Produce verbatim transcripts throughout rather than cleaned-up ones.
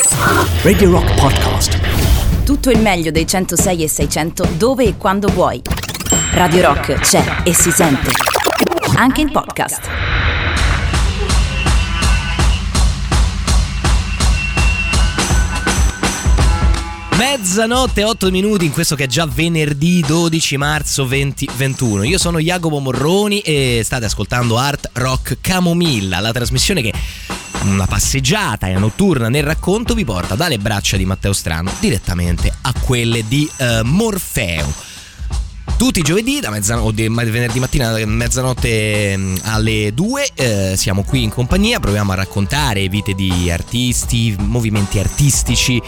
Radio Rock Podcast. Tutto il meglio dei centosei e seicento dove e quando vuoi. Radio Rock c'è e si sente anche in podcast. Mezzanotte e otto minuti in questo che è già venerdì dodici marzo duemilaventuno. Io sono Jacopo Morroni e state ascoltando Art Rock Camomilla, la trasmissione che una passeggiata notturna nel racconto vi porta dalle braccia di Matteo Strano direttamente a quelle di uh, Morfeo. Tutti i giovedì da mezzanotte, venerdì mattina da mezzanotte alle due eh, siamo qui in compagnia, proviamo a raccontare vite di artisti, movimenti artistici,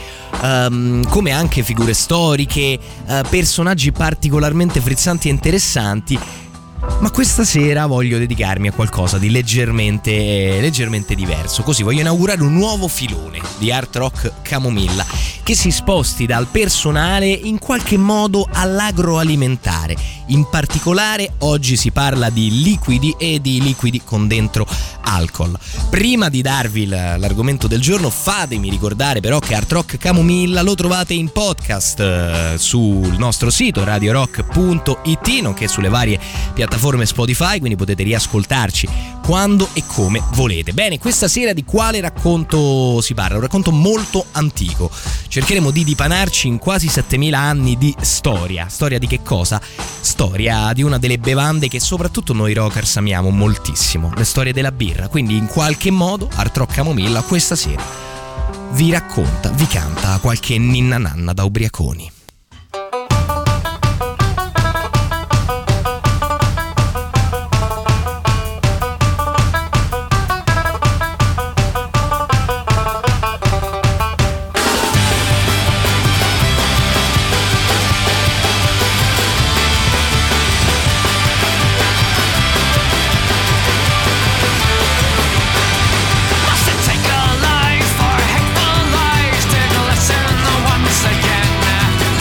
um, come anche figure storiche, uh, personaggi particolarmente frizzanti e interessanti. Ma questa sera voglio dedicarmi a qualcosa di leggermente, leggermente diverso. Così voglio inaugurare un nuovo filone di Art Rock Camomilla che si sposti dal personale in qualche modo all'agroalimentare. In particolare oggi si parla di liquidi e di liquidi con dentro alcol. Prima di darvi l'argomento del giorno, fatemi ricordare però che Art Rock Camomilla lo trovate in podcast eh, sul nostro sito radio rock punto it, nonché sulle varie piattaforme Spotify, quindi potete riascoltarci quando e come volete. Bene, questa sera di quale racconto si parla? Un racconto molto antico. Cercheremo di dipanarci in quasi settemila anni di storia. Storia di che cosa? Storia di una delle bevande che soprattutto noi rockers amiamo moltissimo, le storie della birra. Quindi in qualche modo Art Rock Camomilla questa sera vi racconta, vi canta qualche ninna nanna da ubriaconi. Take a life for a heck of a life, take a lesson once again.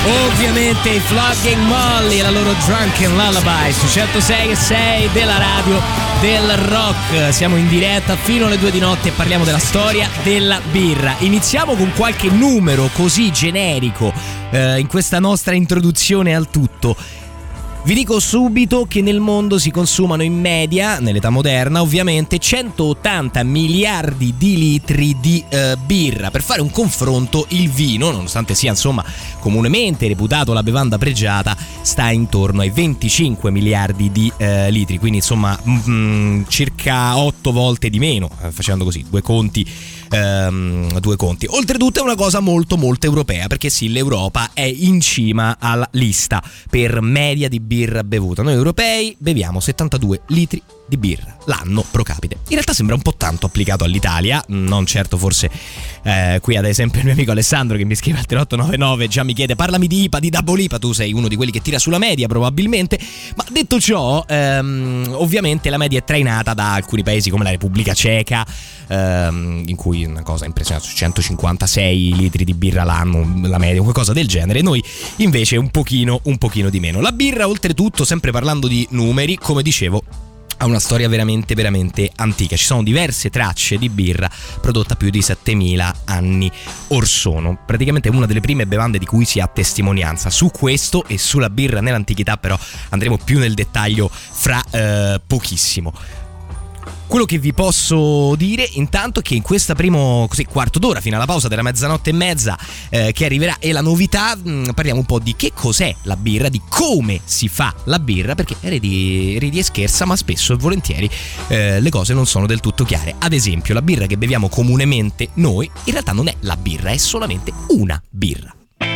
Ovviamente i Flogging Molly e la loro Drunken Lullaby su centosei e sei della radio del rock. Siamo in diretta fino alle due di notte e parliamo della storia della birra. Iniziamo con qualche numero così generico eh, in questa nostra introduzione al tutto. Vi dico subito che nel mondo si consumano in media, nell'età moderna ovviamente, centottanta miliardi di litri di eh, birra. Per fare un confronto, il vino, nonostante sia insomma comunemente reputato la bevanda pregiata, sta intorno ai venticinque miliardi di eh, litri, quindi insomma mh, circa otto volte di meno, eh, facendo così due conti. Ehm, due conti. Oltretutto è una cosa molto molto europea, perché sì, l'Europa è in cima alla lista per media di birra bevuta. Noi europei beviamo settantadue litri di birra l'anno pro capite. In realtà sembra un po' tanto applicato all'Italia, non certo forse eh, qui ad esempio il mio amico Alessandro che mi scrive al tre otto nove nove già mi chiede parlami di I P A, di Double I P A, tu sei uno di quelli che tira sulla media probabilmente, ma detto ciò ehm, ovviamente la media è trainata da alcuni paesi come la Repubblica Ceca, ehm, in cui una cosa impressionante, centocinquantasei litri di birra l'anno la media, qualcosa del genere. Noi invece un pochino un pochino di meno. La birra oltretutto, sempre parlando di numeri, come dicevo, ha una storia veramente veramente antica. Ci sono diverse tracce di birra prodotta più di settemila anni or sono. Praticamente è una delle prime bevande di cui si ha testimonianza. Su questo e sulla birra nell'antichità però andremo più nel dettaglio fra eh, pochissimo. Quello che vi posso dire intanto è che in questa primo così, quarto d'ora fino alla pausa della mezzanotte e mezza eh, che arriverà è la novità, mh, parliamo un po' di che cos'è la birra, di come si fa la birra, perché ridi, ridi e scherza, ma spesso e volentieri eh, le cose non sono del tutto chiare. Ad esempio, la birra che beviamo comunemente noi in realtà non è la birra, è solamente una birra.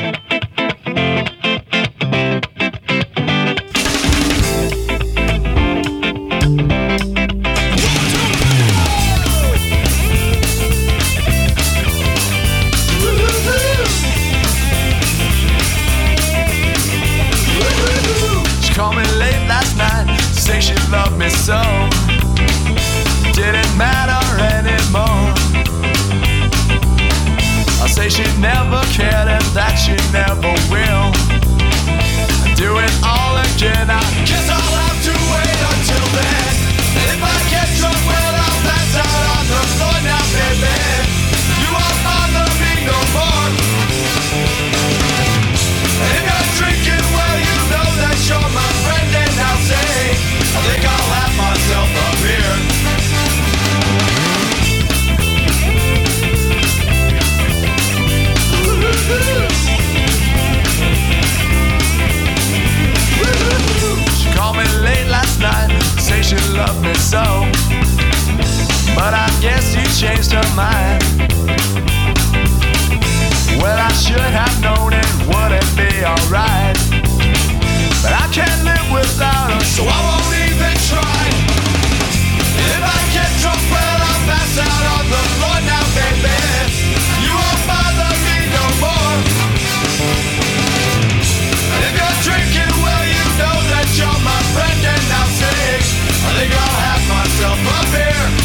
She loved me so, didn't matter anymore. I say she never cared and that she never will. Do it all again, I guess I'll have to wait until then. And if I get drunk, well, I'll pass out on the floor now, baby. You won't bother me no more. And if you're drinking, well, you know that you're my friend, and I'll say I think I'll have myself a beer. She called me late last night, say she loved me so, but I guess she changed her mind. Well, I should have known it wouldn't be alright, but I can't live without her, so I won't even try. If I get drunk, well, I'll pass out on the floor now, baby. You won't bother me no more. And if you're drinking, well, you know that you're my friend, and I'll say I think I'll have myself a beer.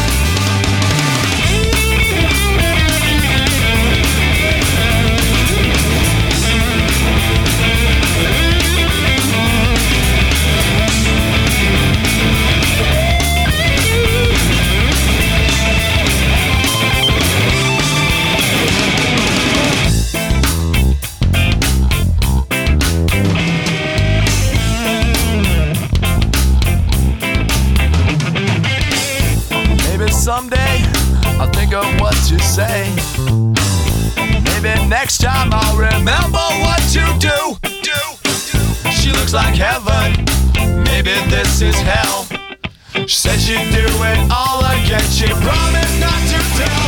Someday I'll think of what you say. Maybe next time I'll remember what you do. do. She looks like heaven. Maybe this is hell. She said she'd do it all again. She promised not to tell.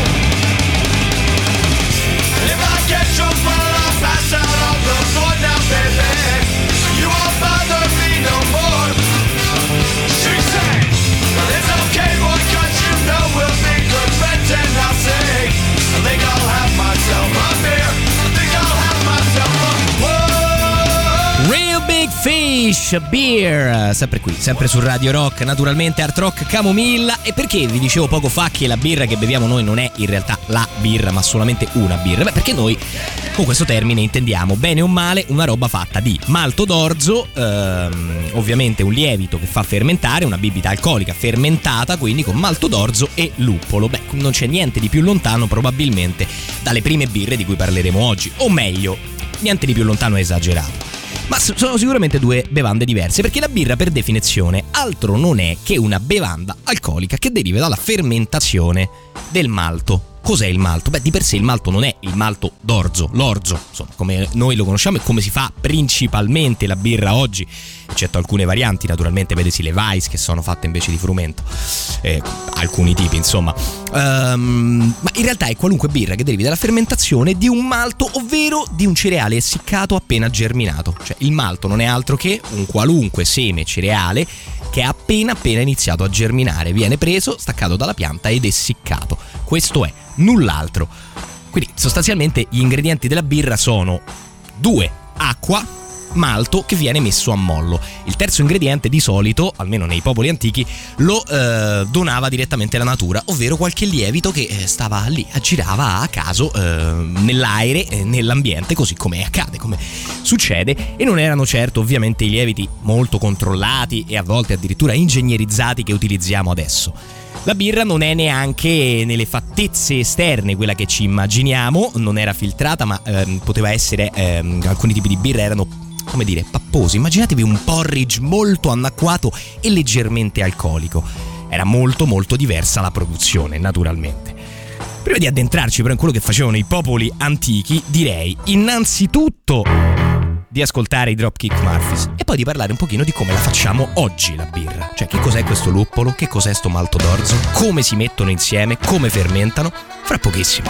And if I get drunk, well, I'll pass out on the floor now, baby. You won't bother me no more. She said, well, it's okay, boy, 'cause you know we'll be good friends, and I'll say I think I'll have myself a beer. I think I'll have myself a whoa. Real Big Fish Irish Beer, sempre qui, sempre su Radio Rock, naturalmente Art Rock Camomilla. E perché vi dicevo poco fa che la birra che beviamo noi non è in realtà la birra, ma solamente una birra? Beh, perché noi con questo termine intendiamo, bene o male, una roba fatta di malto d'orzo, ehm, ovviamente un lievito che fa fermentare, una bibita alcolica fermentata, quindi con malto d'orzo e luppolo. Beh, non c'è niente di più lontano probabilmente dalle prime birre di cui parleremo oggi, o meglio, niente di più lontano è esagerato. Ma sono sicuramente due bevande diverse, perché la birra per definizione altro non è che una bevanda alcolica che deriva dalla fermentazione del malto. Cos'è il malto? Beh, di per sé il malto non è il malto d'orzo, l'orzo, insomma, come noi lo conosciamo e come si fa principalmente la birra oggi, eccetto alcune varianti, naturalmente, vedesi le Weiss che sono fatte invece di frumento, eh, alcuni tipi, insomma. Um, ma in realtà è qualunque birra che derivi dalla fermentazione di un malto, ovvero di un cereale essiccato appena germinato. Cioè il malto non è altro che un qualunque seme cereale che ha appena appena iniziato a germinare, viene preso, staccato dalla pianta ed essiccato. Questo è, null'altro. Quindi sostanzialmente gli ingredienti della birra sono due: acqua, malto che viene messo a mollo. Il terzo ingrediente di solito, almeno nei popoli antichi, lo eh, donava direttamente la natura, ovvero qualche lievito che eh, stava lì, aggirava a caso eh, nell'aere, eh, nell'ambiente, così come accade, come succede, e non erano certo ovviamente i lieviti molto controllati e a volte addirittura ingegnerizzati che utilizziamo adesso. La birra non è neanche nelle fattezze esterne quella che ci immaginiamo, non era filtrata, ma ehm, poteva essere, ehm, alcuni tipi di birra erano, come dire, papposi. Immaginatevi un porridge molto annacquato e leggermente alcolico. Era molto molto diversa la produzione, naturalmente. Prima di addentrarci però in quello che facevano i popoli antichi, direi innanzitutto di ascoltare i Dropkick Murphys e poi di parlare un pochino di come la facciamo oggi la birra. Cioè, che cos'è questo luppolo, che cos'è sto malto d'orzo, come si mettono insieme, come fermentano, fra pochissimo.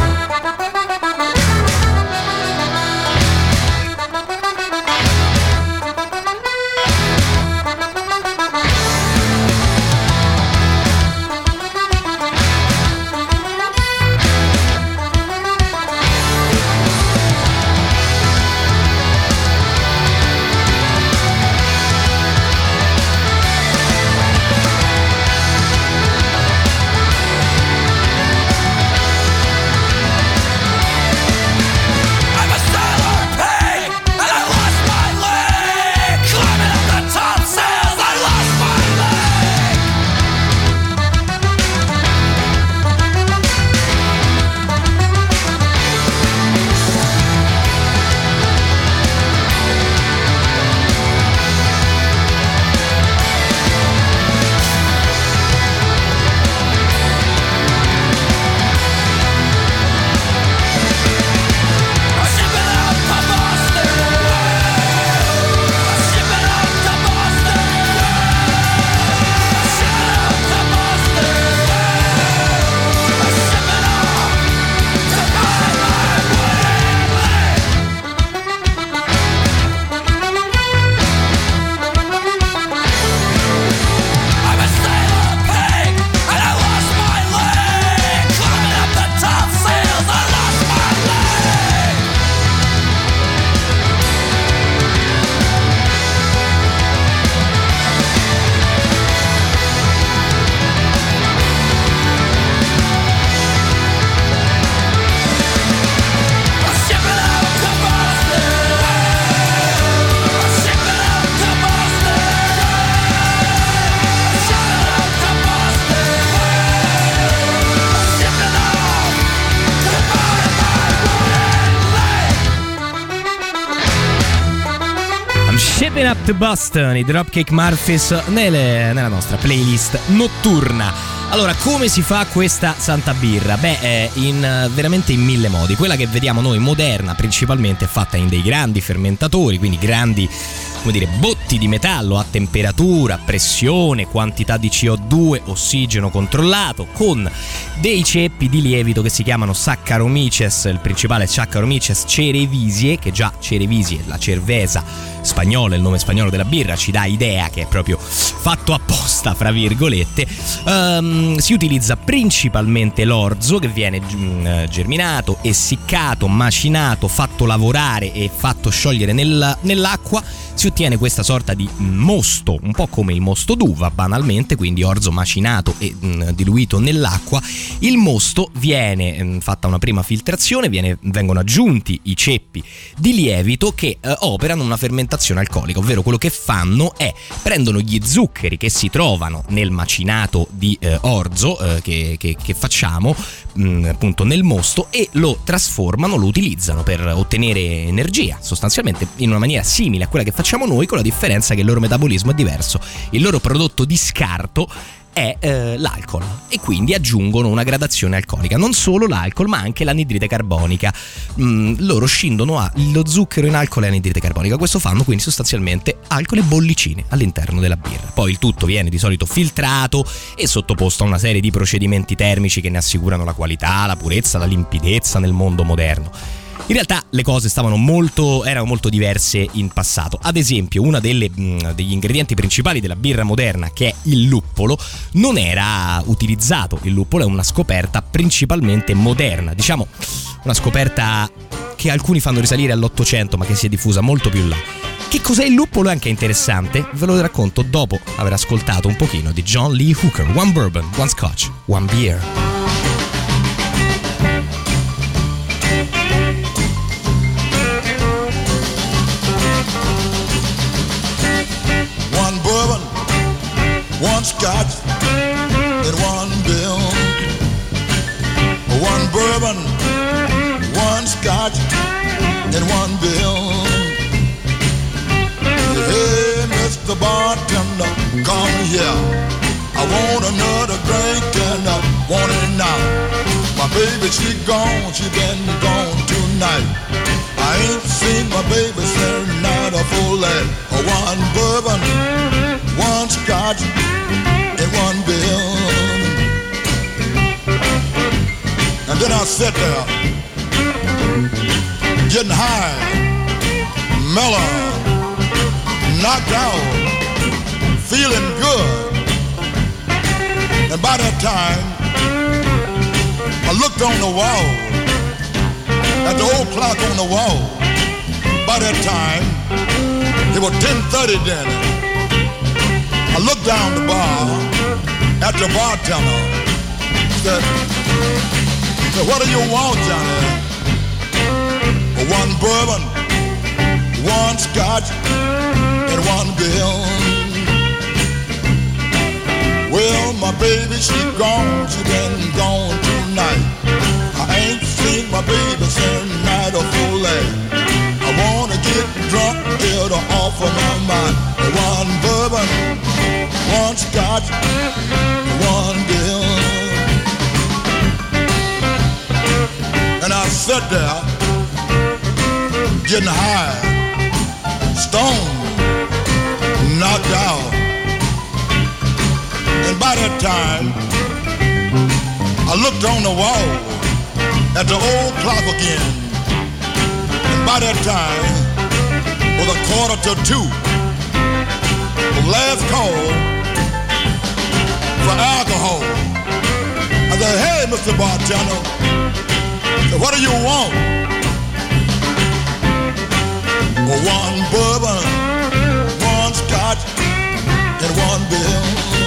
Shipping Up to Boston, i Dropkick Murphys nelle, nella nostra playlist notturna. Allora, come si fa questa santa birra? Beh, eh, in, veramente in mille modi. Quella che vediamo noi moderna principalmente è fatta in dei grandi fermentatori, quindi grandi, come dire, botti di metallo a temperatura, pressione, quantità di C O due, ossigeno controllato, con dei ceppi di lievito che si chiamano Saccharomyces, il principale è Saccharomyces cerevisiae, che già cerevisiae, la cervesa spagnola, il nome spagnolo della birra, ci dà idea che è proprio fatto apposta, fra virgolette. Um, Um, si utilizza principalmente l'orzo, che viene um, germinato, essiccato, macinato, fatto lavorare e fatto sciogliere nel, nell'acqua. Si ottiene questa sorta di mosto, un po' come il mosto d'uva banalmente, quindi orzo macinato e mh, diluito nell'acqua. Il mosto viene mh, fatta una prima filtrazione, viene, vengono aggiunti i ceppi di lievito che eh, operano una fermentazione alcolica, ovvero quello che fanno è prendono gli zuccheri che si trovano nel macinato di eh, orzo eh, che, che, che facciamo mh, appunto nel mosto e lo trasformano, lo utilizzano per ottenere energia, sostanzialmente in una maniera simile a quella che facciamo noi, con la differenza che il loro metabolismo è diverso. Il loro prodotto di scarto è eh, l'alcol e quindi aggiungono una gradazione alcolica, non solo l'alcol ma anche l'anidride carbonica. Mm, loro scindono allo zucchero in alcol e anidride carbonica, questo fanno quindi sostanzialmente alcol e bollicine all'interno della birra. Poi il tutto viene di solito filtrato e sottoposto a una serie di procedimenti termici che ne assicurano la qualità, la purezza, la limpidezza nel mondo moderno. In realtà le cose stavano molto, erano molto diverse in passato. Ad esempio, uno degli ingredienti principali della birra moderna, che è il luppolo, non era utilizzato. Il luppolo è una scoperta principalmente moderna, diciamo una scoperta che alcuni fanno risalire all'Ottocento, ma che si è diffusa molto più là. Che cos'è il luppolo è anche interessante, ve lo racconto dopo aver ascoltato un pochino di John Lee Hooker. One bourbon, one scotch, one beer. One scotch and one bill. One bourbon, one scotch and one bill. Hey, Mister Bartender, come here. I want another drink and I want it now. My baby, she gone, she been gone tonight. I ain't seen my baby since night of full light. One bourbon, one scotch and one bill. And then I sat there, getting high, mellow, knocked out, feeling good. And by that time, I looked on the wall, at the old clock on the wall. By that time, it was ten thirty then. I looked down the bar at the bartender. Said, said, what do you want, Johnny? One bourbon, one scotch, and one bill. Well, my baby, she gone, she been gone tonight. I ain't seen my baby since night of full light. I wanna get drunk, get her off of my mind. One bourbon, one scotch, one bill. And I sat there, getting high, stoned, knocked out. And by that time, I looked on the wall at the old clock again. And by that time, it was a quarter to two. The last call for alcohol. I said, hey, Mister Bartender, what do you want? One bourbon, one scotch, and one bill.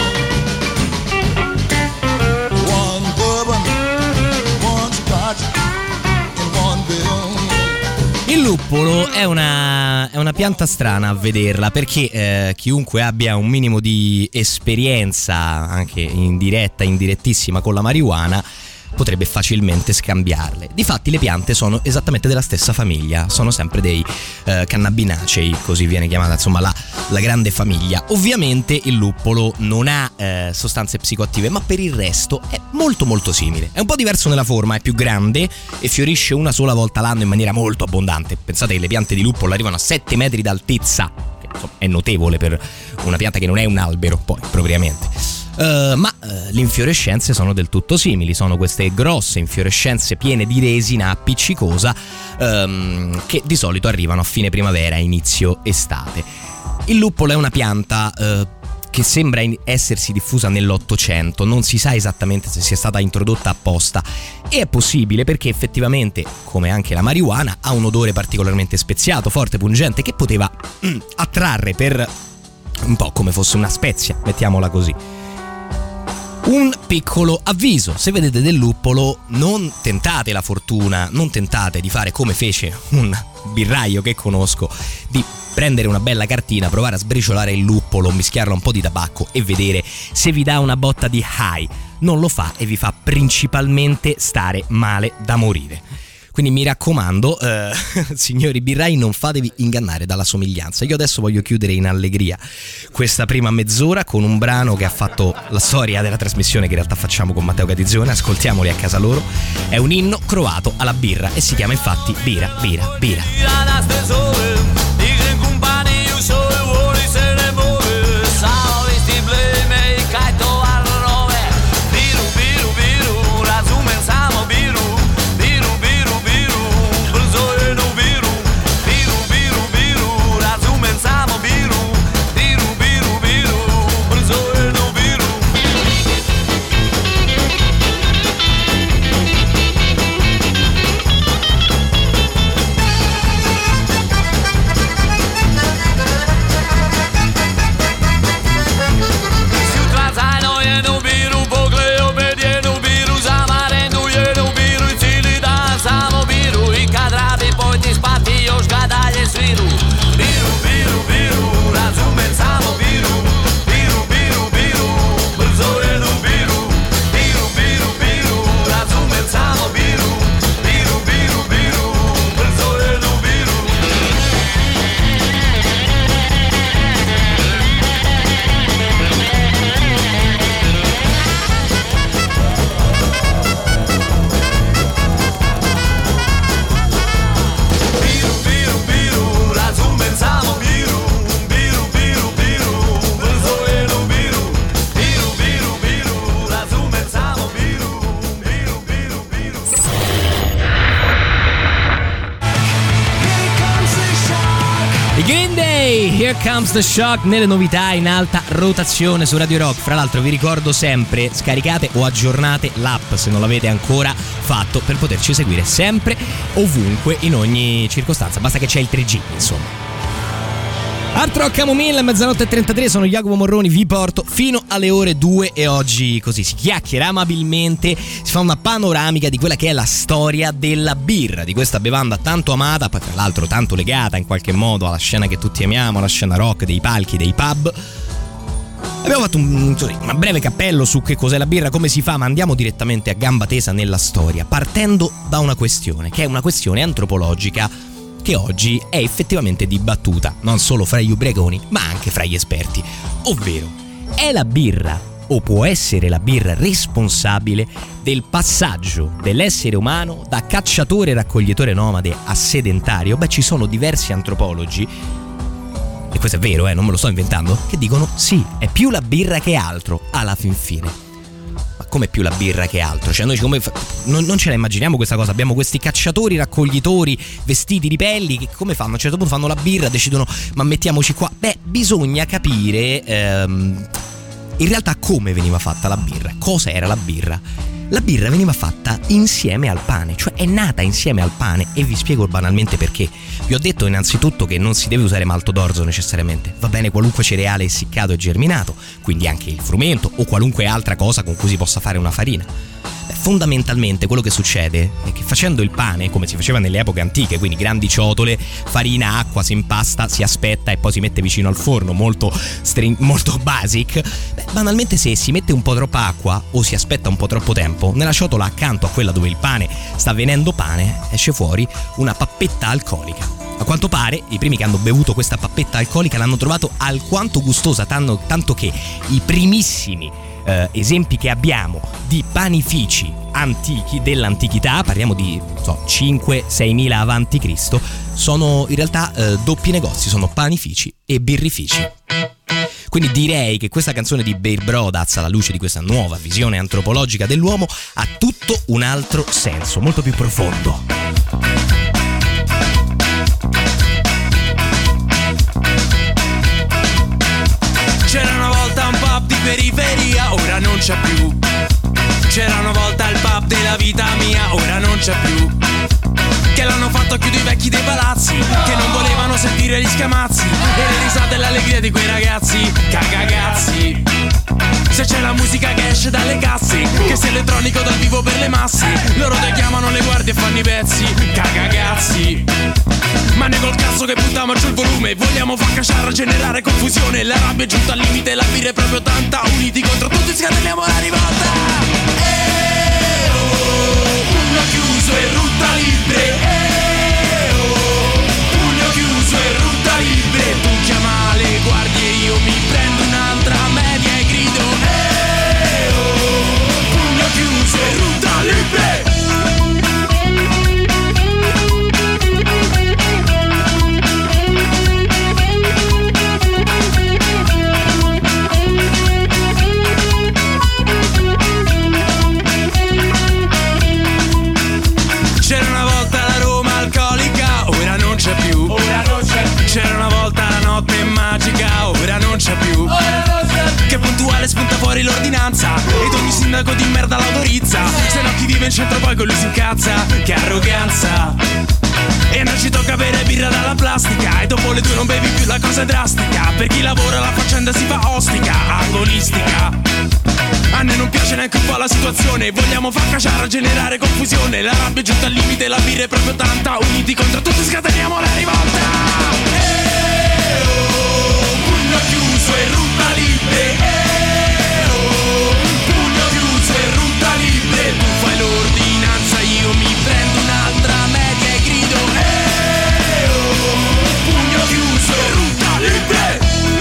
One bourbon, one scotch, and one bill. Il luppolo è una, è una pianta strana a vederla, perché eh, chiunque abbia un minimo di esperienza, anche indiretta, indirettissima, con la marijuana, potrebbe facilmente scambiarle. Difatti le piante sono esattamente della stessa famiglia, sono sempre dei eh, cannabinacei, così viene chiamata, insomma la, la grande famiglia. Ovviamente il luppolo non ha eh, sostanze psicoattive, ma per il resto è molto molto simile. È un po' diverso nella forma, è più grande e fiorisce una sola volta l'anno in maniera molto abbondante. Pensate che le piante di luppolo arrivano a sette metri d'altezza, che insomma è notevole per una pianta che non è un albero poi propriamente. Uh, ma uh, le infiorescenze sono del tutto simili, sono queste grosse infiorescenze piene di resina appiccicosa um, che di solito arrivano a fine primavera, inizio estate. Il luppolo è una pianta uh, che sembra essersi diffusa nell'Ottocento, non si sa esattamente se sia stata introdotta apposta, e è possibile perché effettivamente, come anche la marijuana, ha un odore particolarmente speziato, forte, pungente, che poteva mm, attrarre per un po' come fosse una spezia, mettiamola così. Un piccolo avviso: se vedete del luppolo, non tentate la fortuna, non tentate di fare come fece un birraio che conosco, di prendere una bella cartina, provare a sbriciolare il luppolo, mischiarlo a un po' di tabacco e vedere se vi dà una botta di high. Non lo fa e vi fa principalmente stare male da morire. Quindi mi raccomando, eh, signori birrai, non fatevi ingannare dalla somiglianza. Io adesso voglio chiudere in allegria questa prima mezz'ora con un brano che ha fatto la storia della trasmissione, che in realtà facciamo con Matteo Catizzone. Ascoltiamoli a casa loro. È un inno croato alla birra e si chiama infatti Bira, Bira, Bira. Here Comes the Shock nelle novità in alta rotazione su Radio Rock. Fra l'altro vi ricordo sempre, scaricate o aggiornate l'app se non l'avete ancora fatto, per poterci seguire sempre, ovunque, in ogni circostanza. Basta che c'è il tre G, insomma. Art Rock Camomilla, mezzanotte e trentatré, sono Jacopo Morroni, vi porto fino alle ore due e oggi così si chiacchiera amabilmente, si fa una panoramica di quella che è la storia della birra, di questa bevanda tanto amata, poi tra l'altro tanto legata in qualche modo alla scena che tutti amiamo, alla scena rock, dei palchi, dei pub. Abbiamo fatto un, un breve cappello su che cos'è la birra, come si fa, ma andiamo direttamente a gamba tesa nella storia, partendo da una questione, che è una questione antropologica che oggi è effettivamente dibattuta, non solo fra gli ubriaconi, ma anche fra gli esperti. Ovvero, è la birra, o può essere la birra, responsabile del passaggio dell'essere umano da cacciatore raccoglitore nomade a sedentario? Beh, ci sono diversi antropologi, e questo è vero, eh, non me lo sto inventando, che dicono sì, è più la birra che altro, alla fin fine. Ma come più la birra che altro? Cioè noi come fa- non, non ce la immaginiamo questa cosa. Abbiamo questi cacciatori, raccoglitori, vestiti di pelli, che come fanno? A un certo punto fanno la birra, decidono ma mettiamoci qua. Beh, bisogna capire ehm, in realtà come veniva fatta la birra. Cosa era la birra? La birra veniva fatta insieme al pane, cioè è nata insieme al pane, e vi spiego banalmente perché. Vi ho detto innanzitutto che non si deve usare malto d'orzo necessariamente, va bene qualunque cereale essiccato e germinato, quindi anche il frumento o qualunque altra cosa con cui si possa fare una farina. Beh, fondamentalmente quello che succede è che facendo il pane, come si faceva nelle epoche antiche, quindi grandi ciotole, farina, acqua, si impasta, si aspetta e poi si mette vicino al forno, molto, string- molto basic. Beh, banalmente se si mette un po' troppa acqua o si aspetta un po' troppo tempo, nella ciotola accanto a quella dove il pane sta avvenendo pane esce fuori una pappetta alcolica. A quanto pare i primi che hanno bevuto questa pappetta alcolica l'hanno trovato alquanto gustosa, tanto, tanto che i primissimi eh, esempi che abbiamo di panifici antichi dell'antichità, parliamo di so, cinque sei mila avanti Cristo, sono in realtà eh, doppi negozi, sono panifici e birrifici. Quindi direi che questa canzone di Bear Brothers, alla luce di questa nuova visione antropologica dell'uomo, ha tutto un altro senso, molto più profondo. C'era una volta un vecchi dei palazzi che non volevano sentire gli scamazzi e le risate e l'allegria di quei ragazzi cagagazzi. Se c'è la musica che esce dalle casse, che sia elettronico dal vivo per le masse, loro te chiamano le guardie e fanno i pezzi cagagazzi. Ma noi col cazzo che buttiamo giù il volume, vogliamo far cacciare a generare confusione. La rabbia è giunta al limite, la birra è proprio tanta, uniti contro tutti scateniamo la rivolta. Eh oh, pugno chiuso e rutta libre. Eh oh, pugno chiuso e rutta libre. Tu chiama le guardie, io mi prendo un'altra media e grido. Eh oh, pugno chiuso e rutta libre. C'era una volta la Roma alcolica, ora non c'è più. Ora non c'è più. C'era una volta la notte magica, ora non c'è più. Ora non c'è più. Che puntuale spunta fuori l'ordinanza ed ogni sindaco di merda l'autorizza. Se no chi vive in centro poi con lui si incazza. Che arroganza. E noi ci tocca bere birra dalla plastica e dopo le due non bevi più, la cosa è drastica. Per chi lavora la faccenda si fa ostica, agonistica. A noi non piace neanche un po' la situazione, vogliamo far cacciare a generare confusione. La rabbia è giunta al limite, la birra è proprio tanta, uniti contro tutti scateniamo la rivolta. Eh oh, pugno chiuso e rutta libre. Eh oh, pugno chiuso e rutta libre. Tu fai l'ordinanza, io mi prendo un'altra media e grido. Eh oh, pugno chiuso e rutta libre.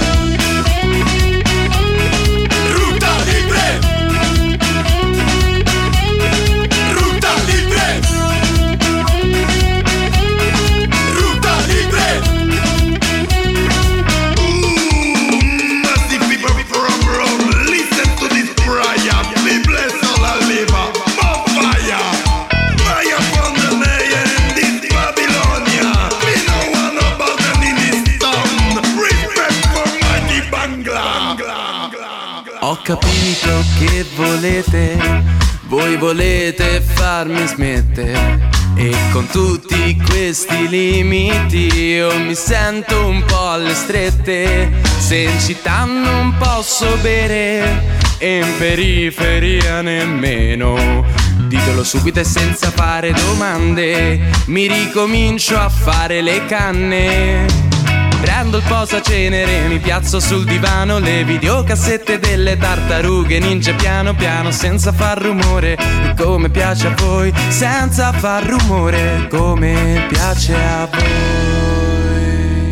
Ho capito che volete, voi volete farmi smettere. E con tutti questi limiti io mi sento un po' alle strette. Se in città non posso bere e in periferia nemmeno, ditelo subito e senza fare domande, mi ricomincio a fare le canne. Prendo il posacenere, mi piazzo sul divano, le videocassette delle tartarughe ninja piano piano senza far rumore. E come piace a voi, senza far rumore, come piace a voi.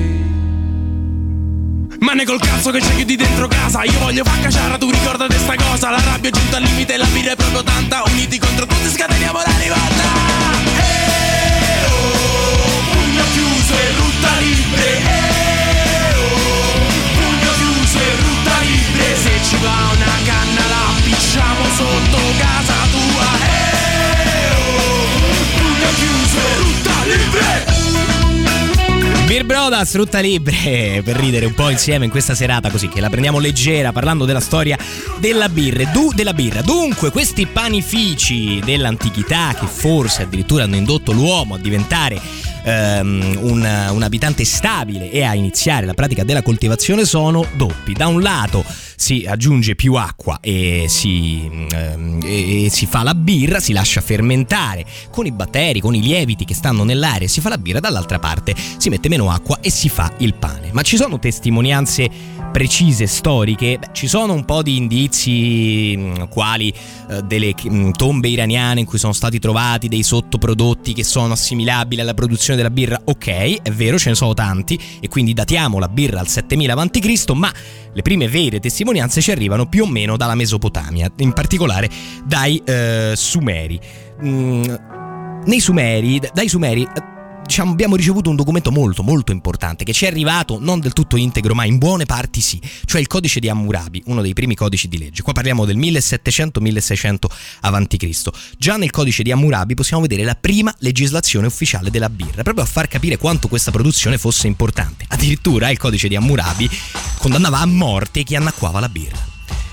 Ma ne col cazzo che ci chiudi dentro casa, io voglio far cacciare, tu ricordate sta cosa. La rabbia è giunta al limite, la birra è proprio tanta, uniti contro tutti scateniamo la rivolta. Eh oh, pugno chiuso e rutta libre. Se ci va una canna la pisciamo sotto casa tua. Eh oh, pugno chiuso e rutta libre. Beer Brothers, rutta libre, per ridere un po' insieme in questa serata così che la prendiamo leggera parlando della storia della birra. Du, della birra. Dunque questi panifici dell'antichità che forse addirittura hanno indotto l'uomo a diventare Um, un, un abitante stabile e a iniziare la pratica della coltivazione sono doppi. Da un lato si aggiunge più acqua e si, um, e, e si fa la birra, si lascia fermentare con i batteri, con i lieviti che stanno nell'aria, si fa la birra. Dall'altra parte si mette meno acqua e si fa il pane. Ma ci sono testimonianze precise, storiche? Beh, ci sono un po' di indizi mh, quali eh, delle mh, tombe iraniane in cui sono stati trovati dei sottoprodotti che sono assimilabili alla produzione della birra. Ok, è vero, ce ne sono tanti e quindi datiamo la birra al settemila avanti Cristo, ma le prime vere testimonianze ci arrivano più o meno dalla Mesopotamia, in particolare dai eh, Sumeri. Mm, nei Sumeri, dai Sumeri diciamo abbiamo ricevuto un documento molto molto importante che ci è arrivato non del tutto integro ma in buone parti sì, cioè il codice di Hammurabi, uno dei primi codici di legge. Qua parliamo del millesettecento milleseicento avanti Cristo. Già nel codice di Hammurabi possiamo vedere la prima legislazione ufficiale della birra, proprio a far capire quanto questa produzione fosse importante. Addirittura il codice di Hammurabi condannava a morte chi annacquava la birra.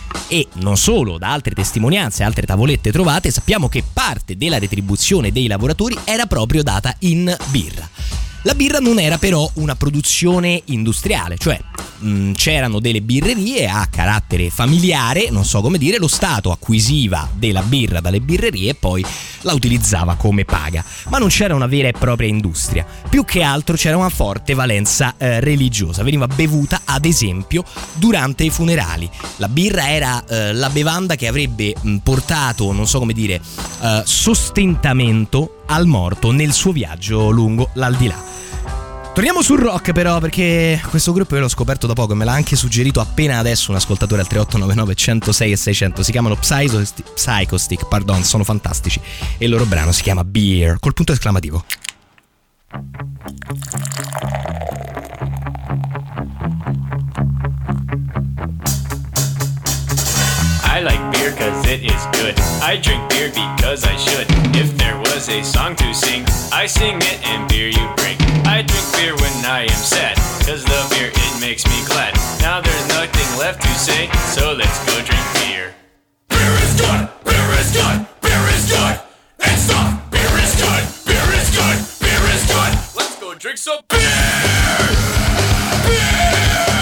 E non solo, da altre testimonianze, altre tavolette trovate, sappiamo che parte della retribuzione dei lavoratori era proprio data in birra. La birra non era però una produzione industriale, cioè mh, c'erano delle birrerie a carattere familiare, non so come dire, lo Stato acquisiva della birra dalle birrerie e poi la utilizzava come paga, ma non c'era una vera e propria industria, più che altro c'era una forte valenza eh, religiosa, veniva bevuta ad esempio durante i funerali. La birra era eh, la bevanda che avrebbe mh, portato, non so come dire, eh, sostentamento al morto nel suo viaggio lungo l'aldilà. Torniamo sul rock però, perché questo gruppo io l'ho scoperto da poco e me l'ha anche suggerito appena adesso un ascoltatore al tre otto nove nove uno zero sei e seicento. Si chiamano Psychostick, Psychostick, pardon, sono fantastici e il loro brano si chiama Beer col punto esclamativo. I like beer cause it is good. I drink beer because I should. If there was a song to sing, I sing it and beer you bring. I drink beer when I am sad, cause the beer it makes me glad. Now there's nothing left to say, so let's go drink beer. Beer is good, beer is good, beer is good. And stop, beer is good, beer is good, beer is good. Let's go drink some beer. Beer.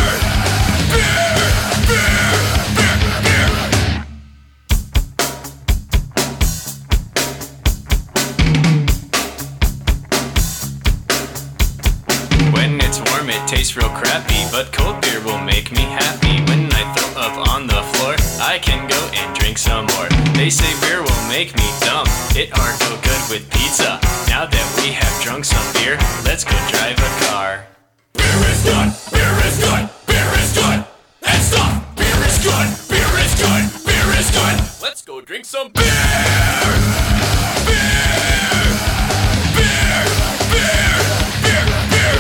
It tastes real crappy, but cold beer will make me happy. When I throw up on the floor, I can go and drink some more. They say beer will make me dumb, it are go good with pizza. Now that we have drunk some beer, let's go drive a car. Beer is good, beer is good, beer is good. And stop, beer is good, beer is good, beer is good. Let's go drink some beer. Beer, beer, beer, beer, beer.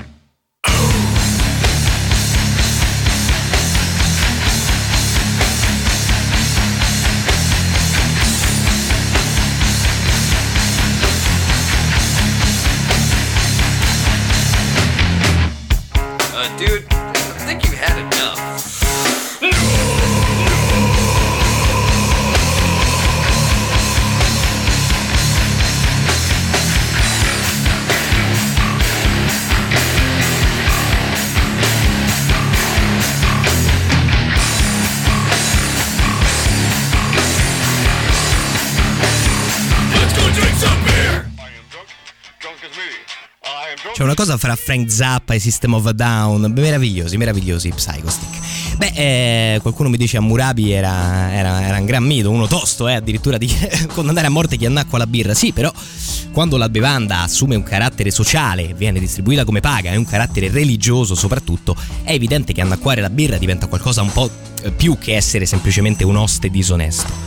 Uh, dude, I think you had enough. Let's go drink some beer. I am drunk, drunk as me. C'è una cosa fra Frank Zappa e System of a Down, meravigliosi, meravigliosi Psychostick. Beh, eh, qualcuno mi dice Hammurabi era, era, era un gran mito, uno tosto, eh, addirittura di condannare a morte chi annacqua la birra. Sì, però quando la bevanda assume un carattere sociale, viene distribuita come paga e un carattere religioso soprattutto, è evidente che annacquare la birra diventa qualcosa un po' più che essere semplicemente un oste disonesto.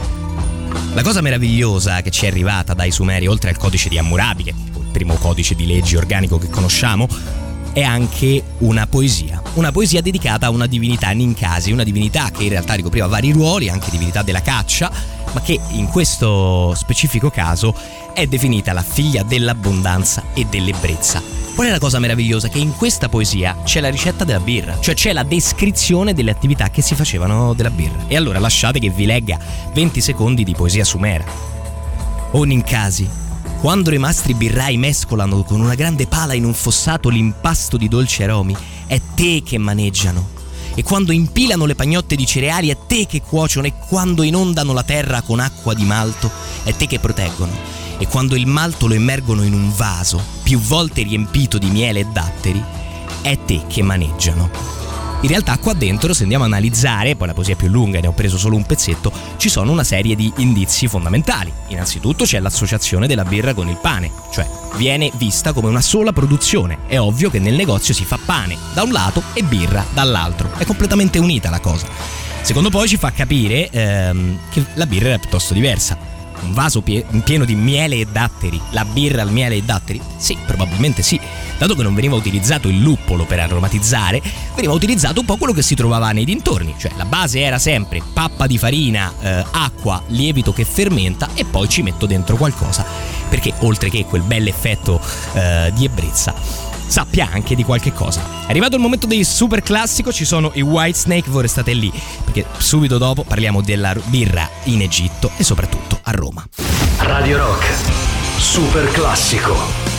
La cosa meravigliosa che ci è arrivata dai Sumeri, oltre al codice di Hammurabi, che è il primo codice di leggi organico che conosciamo, è anche una poesia. Una poesia dedicata a una divinità Ninkasi, una divinità che in realtà ricopriva vari ruoli, anche divinità della caccia, ma che in questo specifico caso è definita la figlia dell'abbondanza e dell'ebbrezza. Qual è la cosa meravigliosa? Che in questa poesia c'è la ricetta della birra, cioè c'è la descrizione delle attività che si facevano della birra. E allora lasciate che vi legga venti secondi di poesia sumera. O Ninkasi, quando i mastri birrai mescolano con una grande pala in un fossato l'impasto di dolci aromi, è te che maneggiano. E quando impilano le pagnotte di cereali, è te che cuociono. E quando inondano la terra con acqua di malto, è te che proteggono. E quando il malto lo immergono in un vaso, più volte riempito di miele e datteri, è te che maneggiano. In realtà qua dentro, se andiamo a analizzare, poi la poesia è più lunga e ne ho preso solo un pezzetto, ci sono una serie di indizi fondamentali. Innanzitutto c'è l'associazione della birra con il pane, cioè viene vista come una sola produzione. È ovvio che nel negozio si fa pane da un lato e birra dall'altro, è completamente unita la cosa. Secondo poi ci fa capire ehm, che la birra era piuttosto diversa. un vaso pie- pieno di miele e datteri, la birra al miele e datteri? Sì, probabilmente sì. Dato che non veniva utilizzato il luppolo per aromatizzare, veniva utilizzato un po' quello che si trovava nei dintorni, cioè la base era sempre pappa di farina, eh, acqua, lievito che fermenta e poi ci metto dentro qualcosa, perché oltre che quel bel effetto eh, di ebbrezza, sappia anche di qualche cosa. È arrivato il momento del super classico, ci sono i Whitesnake, voi restate lì, perché subito dopo parliamo della birra in Egitto e soprattutto a Roma. Radio Rock, super classico.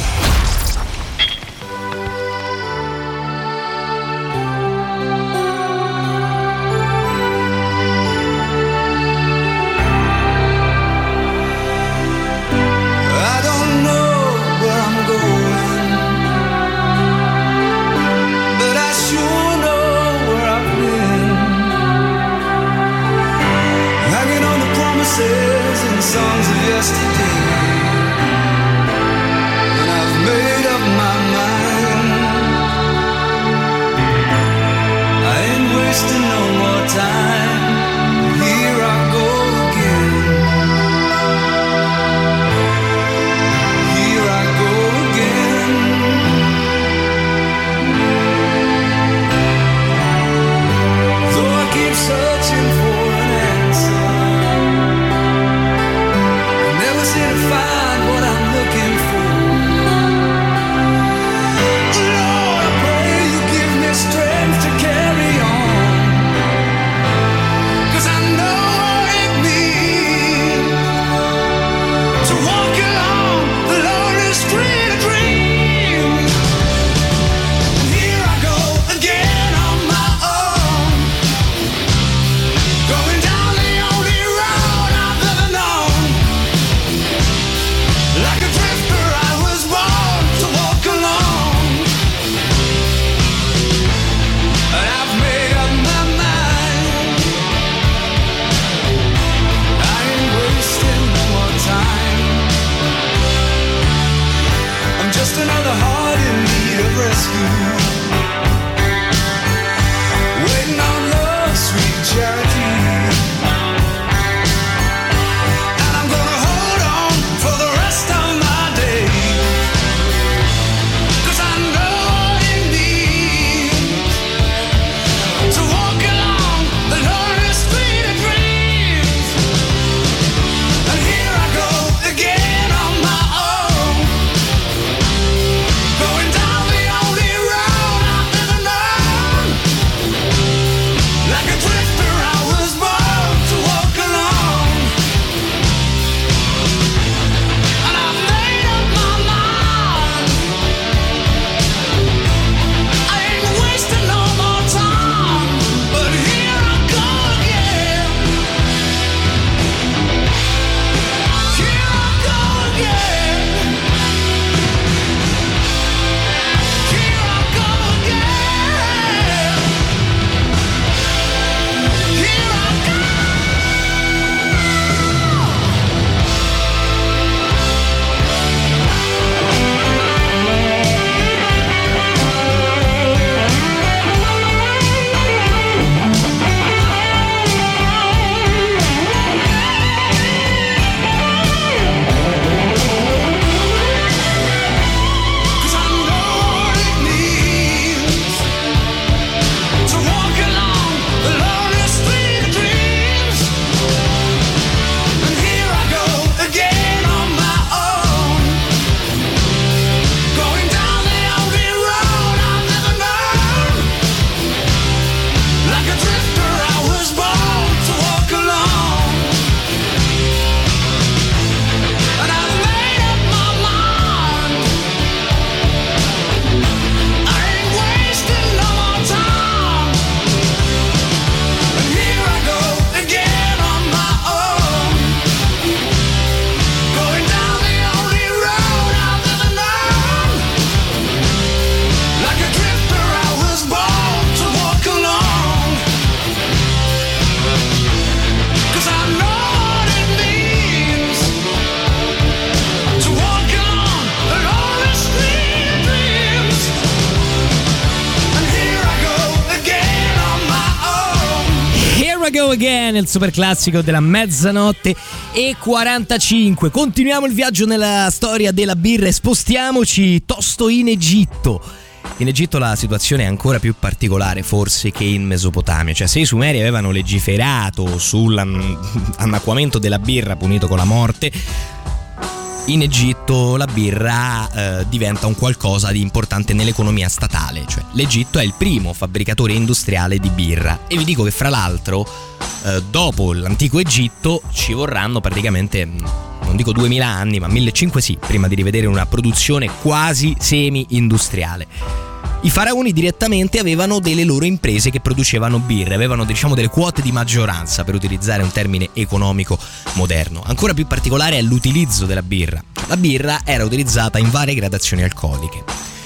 And songs of yesterday, and I've made up my mind. I ain't wasting no more time. Here I go again. Here I go again. Though I keep searching for an answer, find what I'm looking for. Lord, I pray you give me strength to carry on, 'cause I know what it means to walk along the lonely street of dreams. Here I go again on my own, going down the only road I've ever known. Like a drifter I was born to walk alone, and I've made up my mind. I ain't wasting no more time. I'm just another heart in need of rescue, waiting on love's sweet charity. Going down the only road I Hello Again, il super classico della mezzanotte e quarantacinque. Continuiamo il viaggio nella storia della birra e spostiamoci tosto in Egitto. In Egitto la situazione è ancora più particolare forse che in Mesopotamia, cioè se i Sumeri avevano legiferato sull'annacquamento della birra punito con la morte, in Egitto la birra eh, diventa un qualcosa di importante nell'economia statale, cioè l'Egitto è il primo fabbricatore industriale di birra e vi dico che fra l'altro eh, dopo l'antico Egitto ci vorranno praticamente, non dico duemila anni, ma millecinquecento sì, prima di rivedere una produzione quasi semi-industriale. I faraoni direttamente avevano delle loro imprese che producevano birre, avevano diciamo delle quote di maggioranza, per utilizzare un termine economico moderno. Ancora più particolare è l'utilizzo della birra. La birra era utilizzata in varie gradazioni alcoliche.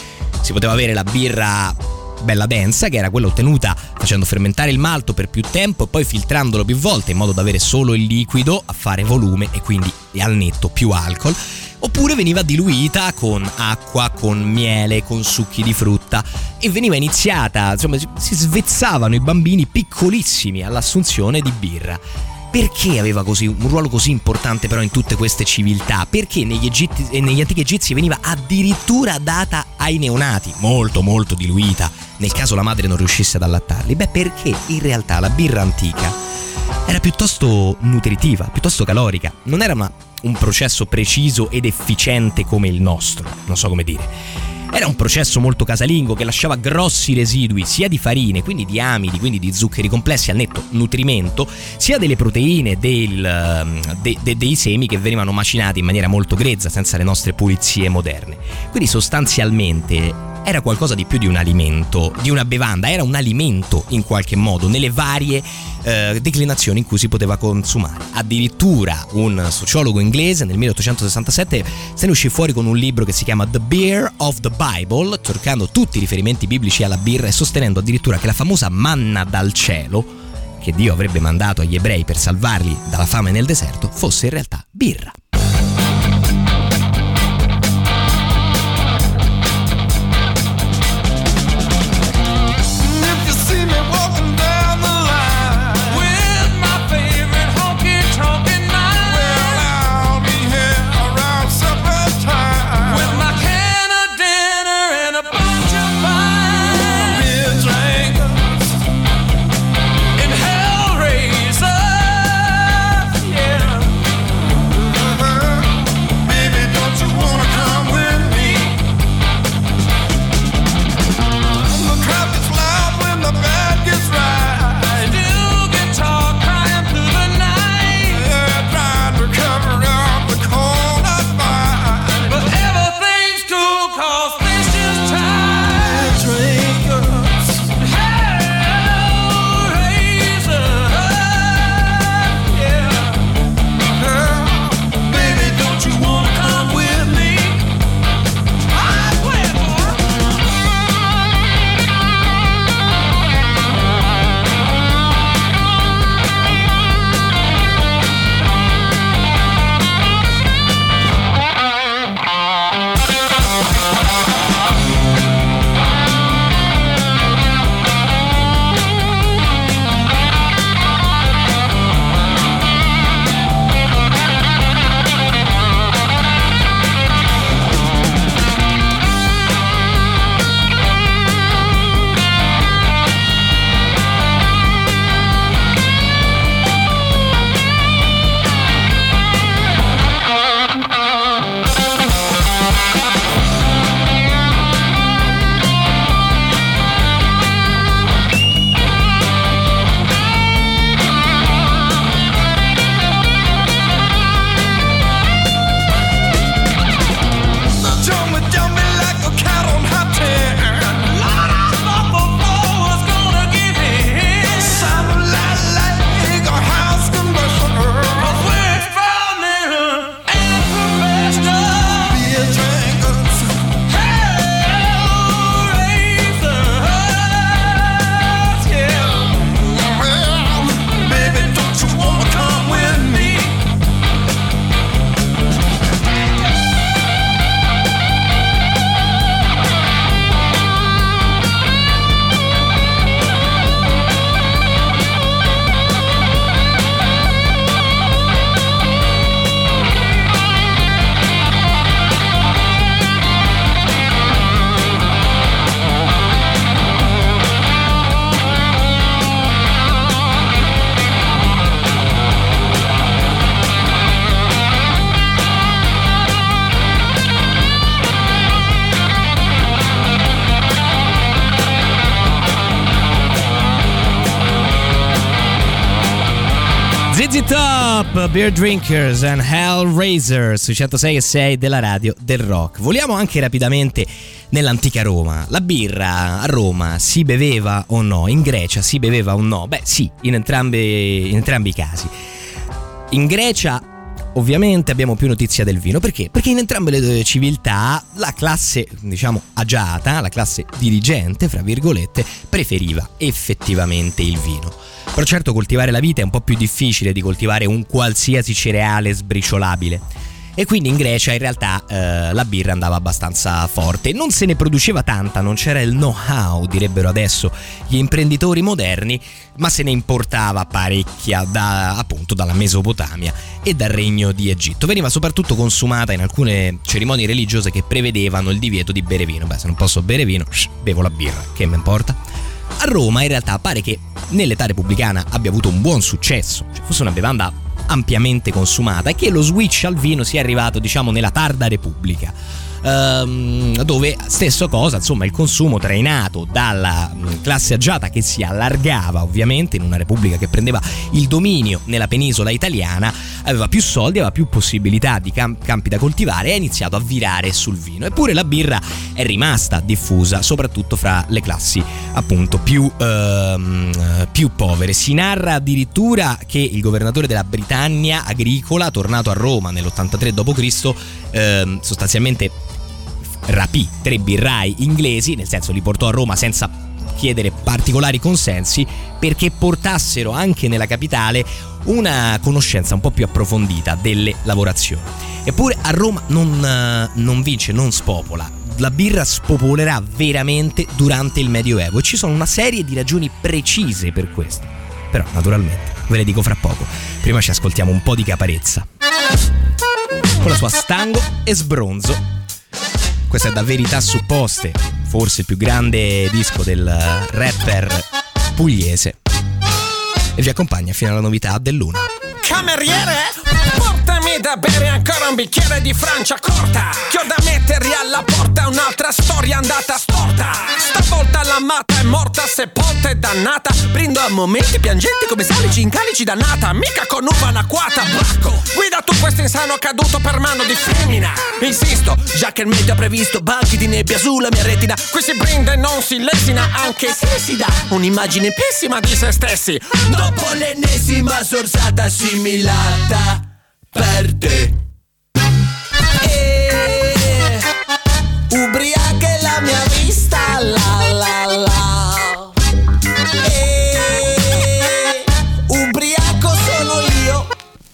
Si poteva avere la birra bella densa, che era quella ottenuta facendo fermentare il malto per più tempo e poi filtrandolo più volte in modo da avere solo il liquido a fare volume e quindi al netto più alcol. Oppure veniva diluita con acqua, con miele, con succhi di frutta e veniva iniziata, insomma, si svezzavano i bambini piccolissimi all'assunzione di birra. Perché aveva così un ruolo così importante però in tutte queste civiltà? Perché negli, Egitti, e negli antichi egizi veniva addirittura data ai neonati, molto molto diluita, nel caso la madre non riuscisse ad allattarli? Beh, perché in realtà la birra antica era piuttosto nutritiva, piuttosto calorica, non era una un processo preciso ed efficiente come il nostro, non so come dire. Era un processo molto casalingo che lasciava grossi residui sia di farine, quindi di amidi, quindi di zuccheri complessi al netto nutrimento, sia delle proteine, del, de, de, dei semi che venivano macinati in maniera molto grezza, senza le nostre pulizie moderne. Quindi sostanzialmente era qualcosa di più di un alimento, di una bevanda, era un alimento in qualche modo, nelle varie eh, declinazioni in cui si poteva consumare. Addirittura un sociologo inglese nel milleottocentosessantasette se ne uscì fuori con un libro che si chiama The Beer of the Bible, cercando tutti i riferimenti biblici alla birra e sostenendo addirittura che la famosa manna dal cielo, che Dio avrebbe mandato agli ebrei per salvarli dalla fame nel deserto, fosse in realtà birra. Hellraiser, yeah. Z Z Top, Beer Drinkers and Hellraisers sui centosei e sei della radio del rock. Voliamo anche rapidamente nell'antica Roma. La birra a Roma si beveva o no? In Grecia si beveva o no? Beh sì, in entrambi, in entrambi i casi. In Grecia ovviamente abbiamo più notizia del vino. Perché? Perché in entrambe le civiltà la classe, diciamo, agiata, la classe dirigente, fra virgolette, preferiva effettivamente il vino. Però certo coltivare la vite è un po' più difficile di coltivare un qualsiasi cereale sbriciolabile. E quindi in Grecia in realtà eh, la birra andava abbastanza forte. Non se ne produceva tanta, non c'era il know-how, direbbero adesso gli imprenditori moderni, ma se ne importava parecchia da, appunto, dalla Mesopotamia e dal regno di Egitto. Veniva soprattutto consumata in alcune cerimonie religiose che prevedevano il divieto di bere vino. Beh, se non posso bere vino, shh, bevo la birra, che me importa? A Roma in realtà pare che nell'età repubblicana abbia avuto un buon successo, cioè fosse una bevanda ampiamente consumata, e che lo switch al vino sia arrivato, diciamo, nella tarda Repubblica, ehm, dove stessa cosa, insomma, il consumo trainato dalla classe agiata che si allargava ovviamente in una repubblica che prendeva il dominio nella penisola italiana, aveva più soldi, aveva più possibilità di camp- campi da coltivare e ha iniziato a virare sul vino. Eppure la birra è rimasta diffusa soprattutto fra le classi appunto più, ehm, più povere. Si narra addirittura che il governatore della Britannia agricola, tornato a Roma nell'ottantatré dopo Cristo, ehm, sostanzialmente rapì tre birrai inglesi, nel senso li portò a Roma senza chiedere particolari consensi, perché portassero anche nella capitale una conoscenza un po' più approfondita delle lavorazioni. Eppure a Roma non, non vince, non spopola. La birra spopolerà veramente durante il Medioevo e ci sono una serie di ragioni precise per questo. Però naturalmente ve le dico fra poco. Prima ci ascoltiamo un po' di Caparezza con la sua Stango e Sbronzo. Questa è Da Verità Supposte, forse il più grande disco del rapper pugliese, e vi accompagna fino alla novità dell'una. Cameriere, portami da bere ancora un bicchiere di Francia corta, che ho da mettergli alla porta, un'altra storia andata storta. Stavolta la matta è morta, sepolta e dannata. Brindo a momenti piangenti come salici in calici dannata. Mica con uva anacquata, Bacco. Guida tu questo insano caduto per mano di femmina. Insisto, già che il medio ha previsto banchi di nebbia sulla mia retina. Qui si brinda e non si lesina, anche se si dà un'immagine pessima di se stessi. Dopo l'ennesima sorsata assimilata per te. E ubriaca è la mia vista, la la la. E ubriaco sono io.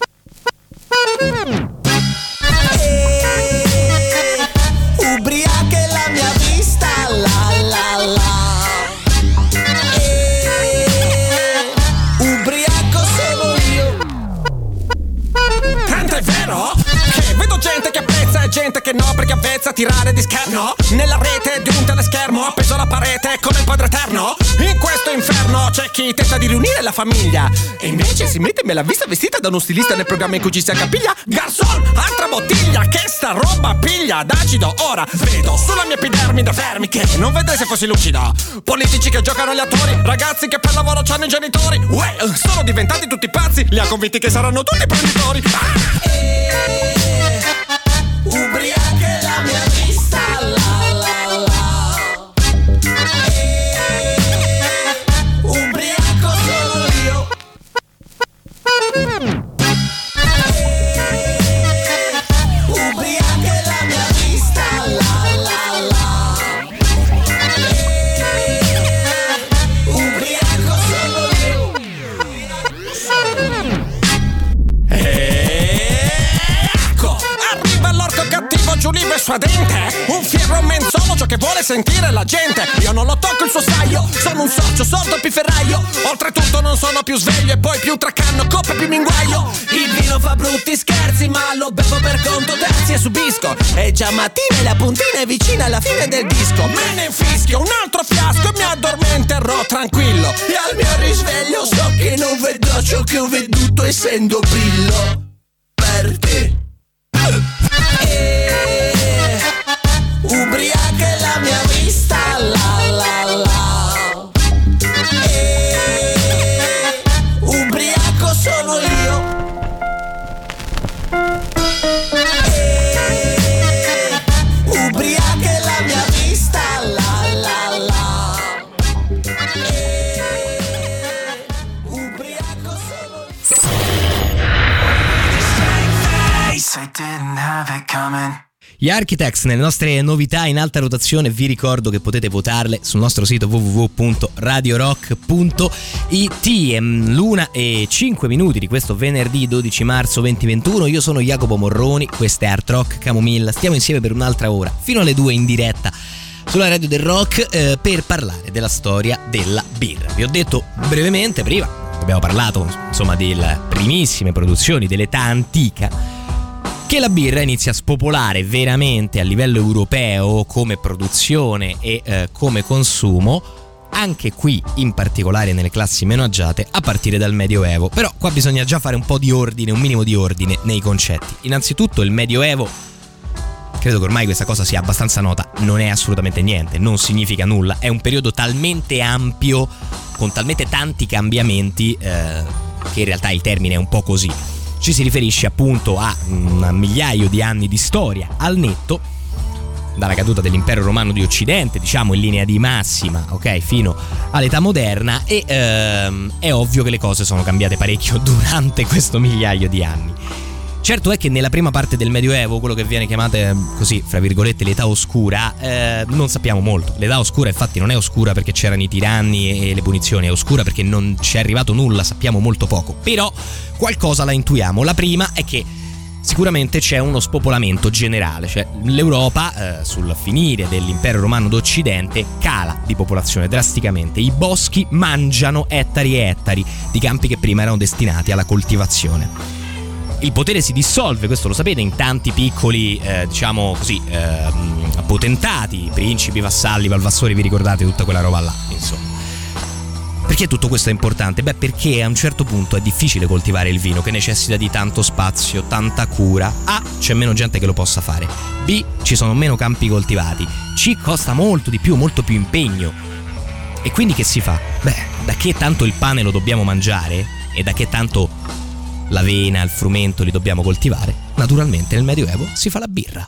E ubriaca è la mia vista, la la la. E ubriaco sono io. Tanto è vero che vedo gente che apprezza e gente che no, perché avvezza a tirare di scherno nella rete di un teleschermo appeso alla parete come il Padre Eterno. In questo inferno c'è chi tenta di riunire la famiglia e invece si mette me la vista vestita da uno stilista nel programma in cui ci si accapiglia. Garçon, altra bottiglia, che sta roba piglia d'acido. Ora vedo sulla mia epidermide vermi che non vedrei se fossi lucido. Politici che giocano agli attori, ragazzi che per lavoro c'hanno i genitori. Uè, sono diventati tutti pazzi, li ha convinti che saranno tutti prenditori. Ah! E ubriaca è la mia vista, la la la. E ubriaco sono io. E ubriaca è la mia vista, la la la. E ubriaco sono io. Arriva l'orco cattivo Giulivo e suadente, un fiero menzologo che vuole sentire la gente. Io non lo tocco il suo saio, sono un socio sordo pifferaio. Oltretutto non sono più sveglio e poi più tracanno, coppe più minguaio. Il vino fa brutti scherzi ma lo bevo per conto terzi e subisco. È già mattina e la puntina è vicina alla fine del disco. Me ne infischio un altro fiasco e mi addormenterò tranquillo. E al mio risveglio so che non vedrò ciò che ho veduto essendo brillo per te. E ubriaca è la mia vista, la la la. E ubriaco sono io. Gli Architects nelle nostre novità in alta rotazione. Vi ricordo che potete votarle sul nostro sito w w w punto radio rock punto i t. È l'una e cinque minuti di questo venerdì dodici marzo duemilaventuno. Io sono Jacopo Morroni, questa è Art Rock Camomilla. Stiamo insieme per un'altra ora, fino alle due in diretta sulla radio del rock, eh, per parlare della storia della birra. Vi ho detto brevemente prima, abbiamo parlato insomma delle primissime produzioni dell'età antica, che la birra inizia a spopolare veramente a livello europeo come produzione e eh, come consumo, anche qui in particolare nelle classi meno agiate, a partire dal Medioevo. Però qua bisogna già fare un po' di ordine, un minimo di ordine nei concetti. Innanzitutto il Medioevo, credo che ormai questa cosa sia abbastanza nota, non è assolutamente niente, non significa nulla, è un periodo talmente ampio, con talmente tanti cambiamenti, eh, che in realtà il termine è un po' così. Ci si riferisce appunto a un migliaio di anni di storia al netto, dalla caduta dell'impero romano di Occidente, diciamo in linea di massima, ok, fino all'età moderna, e ehm, è ovvio che le cose sono cambiate parecchio durante questo migliaio di anni. Certo è che nella prima parte del Medioevo, quello che viene chiamata così, fra virgolette, l'età oscura, eh, non sappiamo molto. L'età oscura infatti non è oscura perché c'erano i tiranni e le punizioni, è oscura perché non ci è arrivato nulla, sappiamo molto poco. Però qualcosa la intuiamo. La prima è che sicuramente c'è uno spopolamento generale, cioè l'Europa, eh, sul finire dell'impero romano d'Occidente, cala di popolazione drasticamente. I boschi mangiano ettari e ettari di campi che prima erano destinati alla coltivazione. Il potere si dissolve, questo lo sapete, in tanti piccoli, eh, diciamo così, eh, potentati, principi, vassalli, valvassori, vi ricordate tutta quella roba là, insomma. Perché tutto questo è importante? Beh, perché a un certo punto è difficile coltivare il vino, che necessita di tanto spazio, tanta cura. A, c'è meno gente che lo possa fare. B, ci sono meno campi coltivati. C, costa molto di più, molto più impegno. E quindi che si fa? Beh, da che tanto il pane lo dobbiamo mangiare e da che tanto l'avena, il frumento li dobbiamo coltivare, naturalmente nel Medioevo si fa la birra.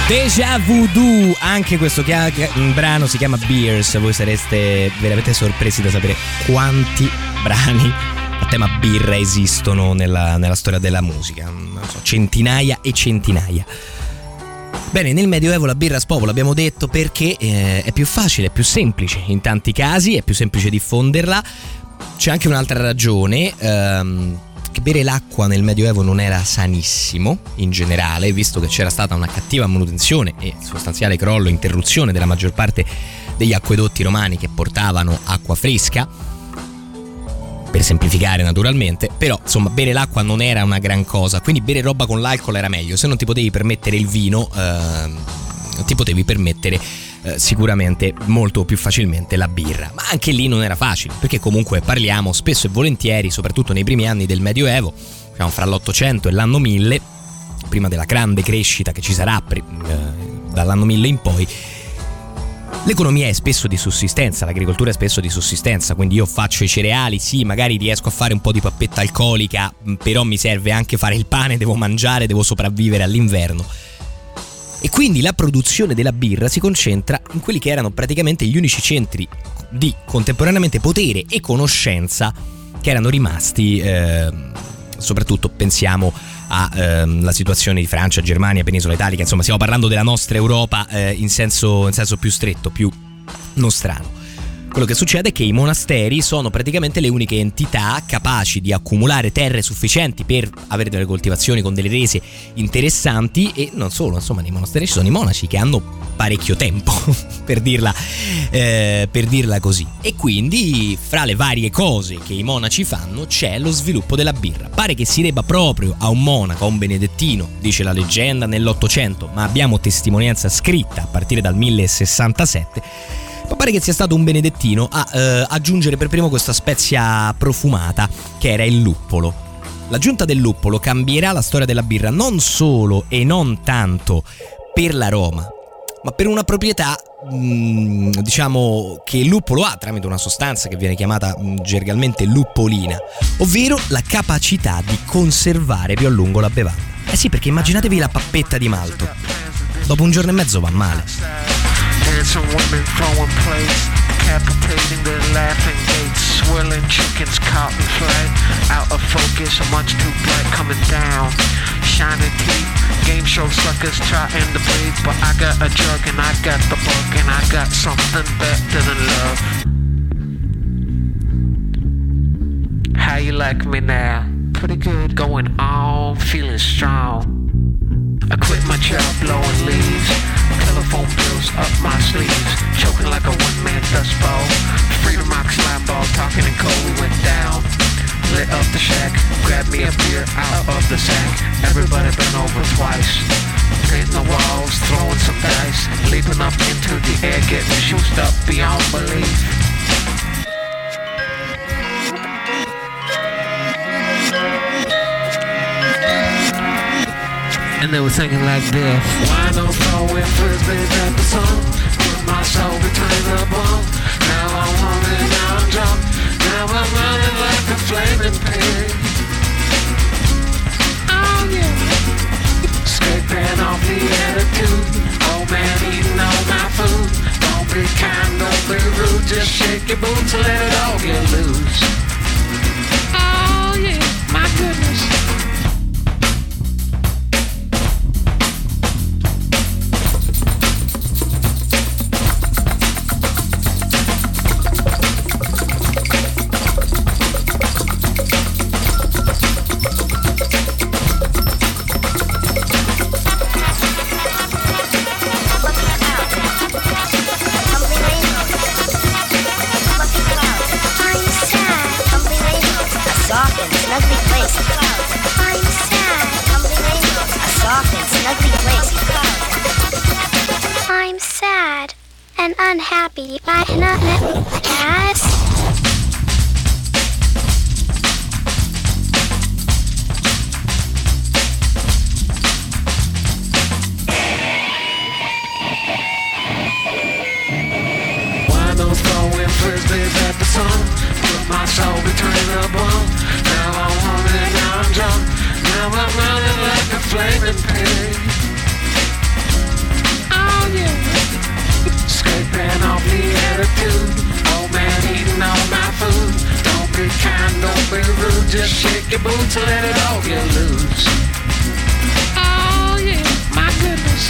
Deja Voodoo, anche questo chia- brano si chiama Beers. Voi sareste veramente sorpresi da sapere quanti brani a tema birra esistono nella, nella storia della musica. Non so, centinaia e centinaia. Bene, nel Medioevo la birra spopola, abbiamo detto, perché eh, è più facile, è più semplice in tanti casi, è più semplice diffonderla. C'è anche un'altra ragione, ehm, che bere l'acqua nel Medioevo non era sanissimo in generale, visto che c'era stata una cattiva manutenzione e sostanziale crollo, interruzione della maggior parte degli acquedotti romani che portavano acqua fresca, per semplificare naturalmente. Però insomma, bere l'acqua non era una gran cosa, quindi bere roba con l'alcol era meglio. Se non ti potevi permettere il vino, eh, ti potevi permettere eh, sicuramente molto più facilmente la birra. Ma anche lì non era facile, perché comunque parliamo spesso e volentieri, soprattutto nei primi anni del Medioevo, diciamo fra l'Ottocento e l'anno mille, prima della grande crescita che ci sarà eh, dall'anno mille in poi. L'economia è spesso di sussistenza, l'agricoltura è spesso di sussistenza, quindi io faccio i cereali, sì, magari riesco a fare un po' di pappetta alcolica, però mi serve anche fare il pane, devo mangiare, devo sopravvivere all'inverno. E quindi la produzione della birra si concentra in quelli che erano praticamente gli unici centri di contemporaneamente potere e conoscenza che erano rimasti, eh, soprattutto pensiamo alla ehm, situazione di Francia, Germania, Penisola Italica, insomma stiamo parlando della nostra Europa eh, in senso, in senso più stretto, più nostrano. Quello che succede è che i monasteri sono praticamente le uniche entità capaci di accumulare terre sufficienti per avere delle coltivazioni con delle rese interessanti, e non solo, insomma nei monasteri ci sono i monaci che hanno parecchio tempo per dirla, eh, per dirla così. E quindi fra le varie cose che i monaci fanno c'è lo sviluppo della birra. Pare che si debba proprio a un monaco, a un benedettino, dice la leggenda, nell'Ottocento, ma abbiamo testimonianza scritta a partire dal millesesantasette. Ma pare che sia stato un benedettino a eh, aggiungere per primo questa spezia profumata che era il luppolo. L'aggiunta del luppolo cambierà la storia della birra non solo e non tanto per l'aroma, ma per una proprietà mh, diciamo che il luppolo ha tramite una sostanza che viene chiamata mh, gergalmente luppolina, ovvero la capacità di conservare più a lungo la bevanda. Eh sì, perché immaginatevi la pappetta di malto, dopo un giorno e mezzo va male. Dancing women throwing plates, decapitating their laughing gates, swirling chickens caught in flight, out of focus, much too bright, coming down, shining teeth, game show suckers trying to breathe, but I got a jug and I got the bug and I got something better than love. How you like me now? Pretty good, going on, feeling strong. I quit my job blowing leaves, telephone bills up my sleeves, choking like a one-man dust bowl. Freedom rock slime ball, talking in code, we went down. Lit up the shack, grabbed me a beer out of the sack. Everybody been over twice, hitting the walls, throwing some dice, leaping up into the air, getting juiced up beyond belief. And they were singing like this. Why don't throwing frisbees at the sun? Put my soul between the bone. Now I'm hungry, now I'm drunk. Now I'm running like a flaming pig. Oh yeah. Scraping off the attitude. Old man eating all my food. Don't be kind, don't be rude. Just shake your boots and let it all get loose. Oh yeah, my goodness. Unhappy by nothing as why don't throwing frisbees at the sun? Put my soul between the bone. Now I'm hungry, now I'm drunk. Now I'm running like a flaming pig. just shake your boots and let it all get loose. Oh yeah, my goodness.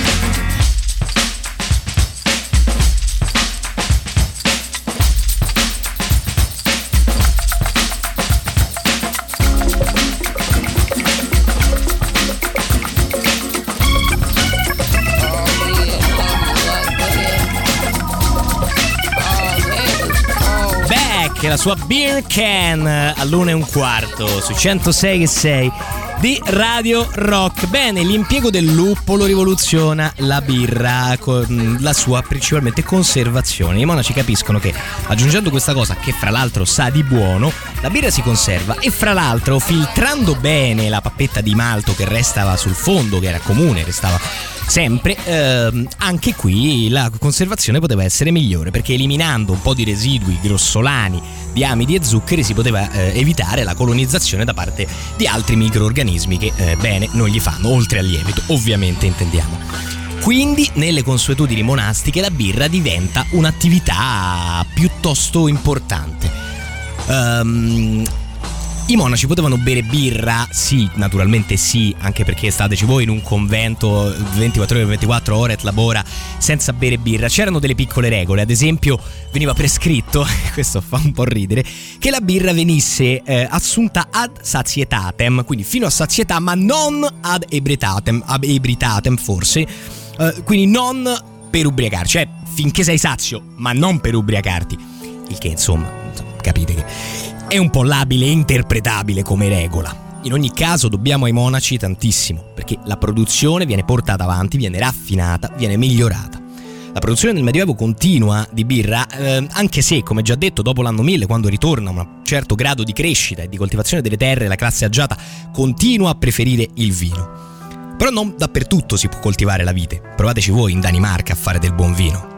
Che la sua Beer Can all'una e un quarto su centosei e sei di Radio Rock. Bene, l'impiego del luppolo rivoluziona la birra con la sua principalmente conservazione. I monaci capiscono che aggiungendo questa cosa, che fra l'altro sa di buono, la birra si conserva e fra l'altro filtrando bene la pappetta di malto che restava sul fondo, che era comune, restava sempre, ehm, anche qui la conservazione poteva essere migliore, perché eliminando un po' di residui grossolani di amidi e zuccheri si poteva eh, evitare la colonizzazione da parte di altri microorganismi che eh, bene non gli fanno, oltre al lievito, ovviamente intendiamo. Quindi nelle consuetudini monastiche la birra diventa un'attività piuttosto importante. Um, I monaci potevano bere birra? Sì, naturalmente sì, anche perché stateci voi in un convento ventiquattro ore su ventiquattro ore et labora senza bere birra. C'erano delle piccole regole, ad esempio veniva prescritto, questo fa un po' ridere, che la birra venisse eh, assunta ad satietatem, quindi fino a sazietà, ma non ad ebritatem, ad ebritatem forse, eh, quindi non per ubriacarci, cioè finché sei sazio, ma non per ubriacarti, il che insomma, capite che è un po' labile e interpretabile come regola. In ogni caso dobbiamo ai monaci tantissimo, perché la produzione viene portata avanti, viene raffinata, viene migliorata. La produzione nel Medioevo continua di birra, eh, anche se, come già detto, dopo l'anno mille, quando ritorna un certo grado di crescita e di coltivazione delle terre, la classe agiata continua a preferire il vino. Però non dappertutto si può coltivare la vite. Provateci voi in Danimarca a fare del buon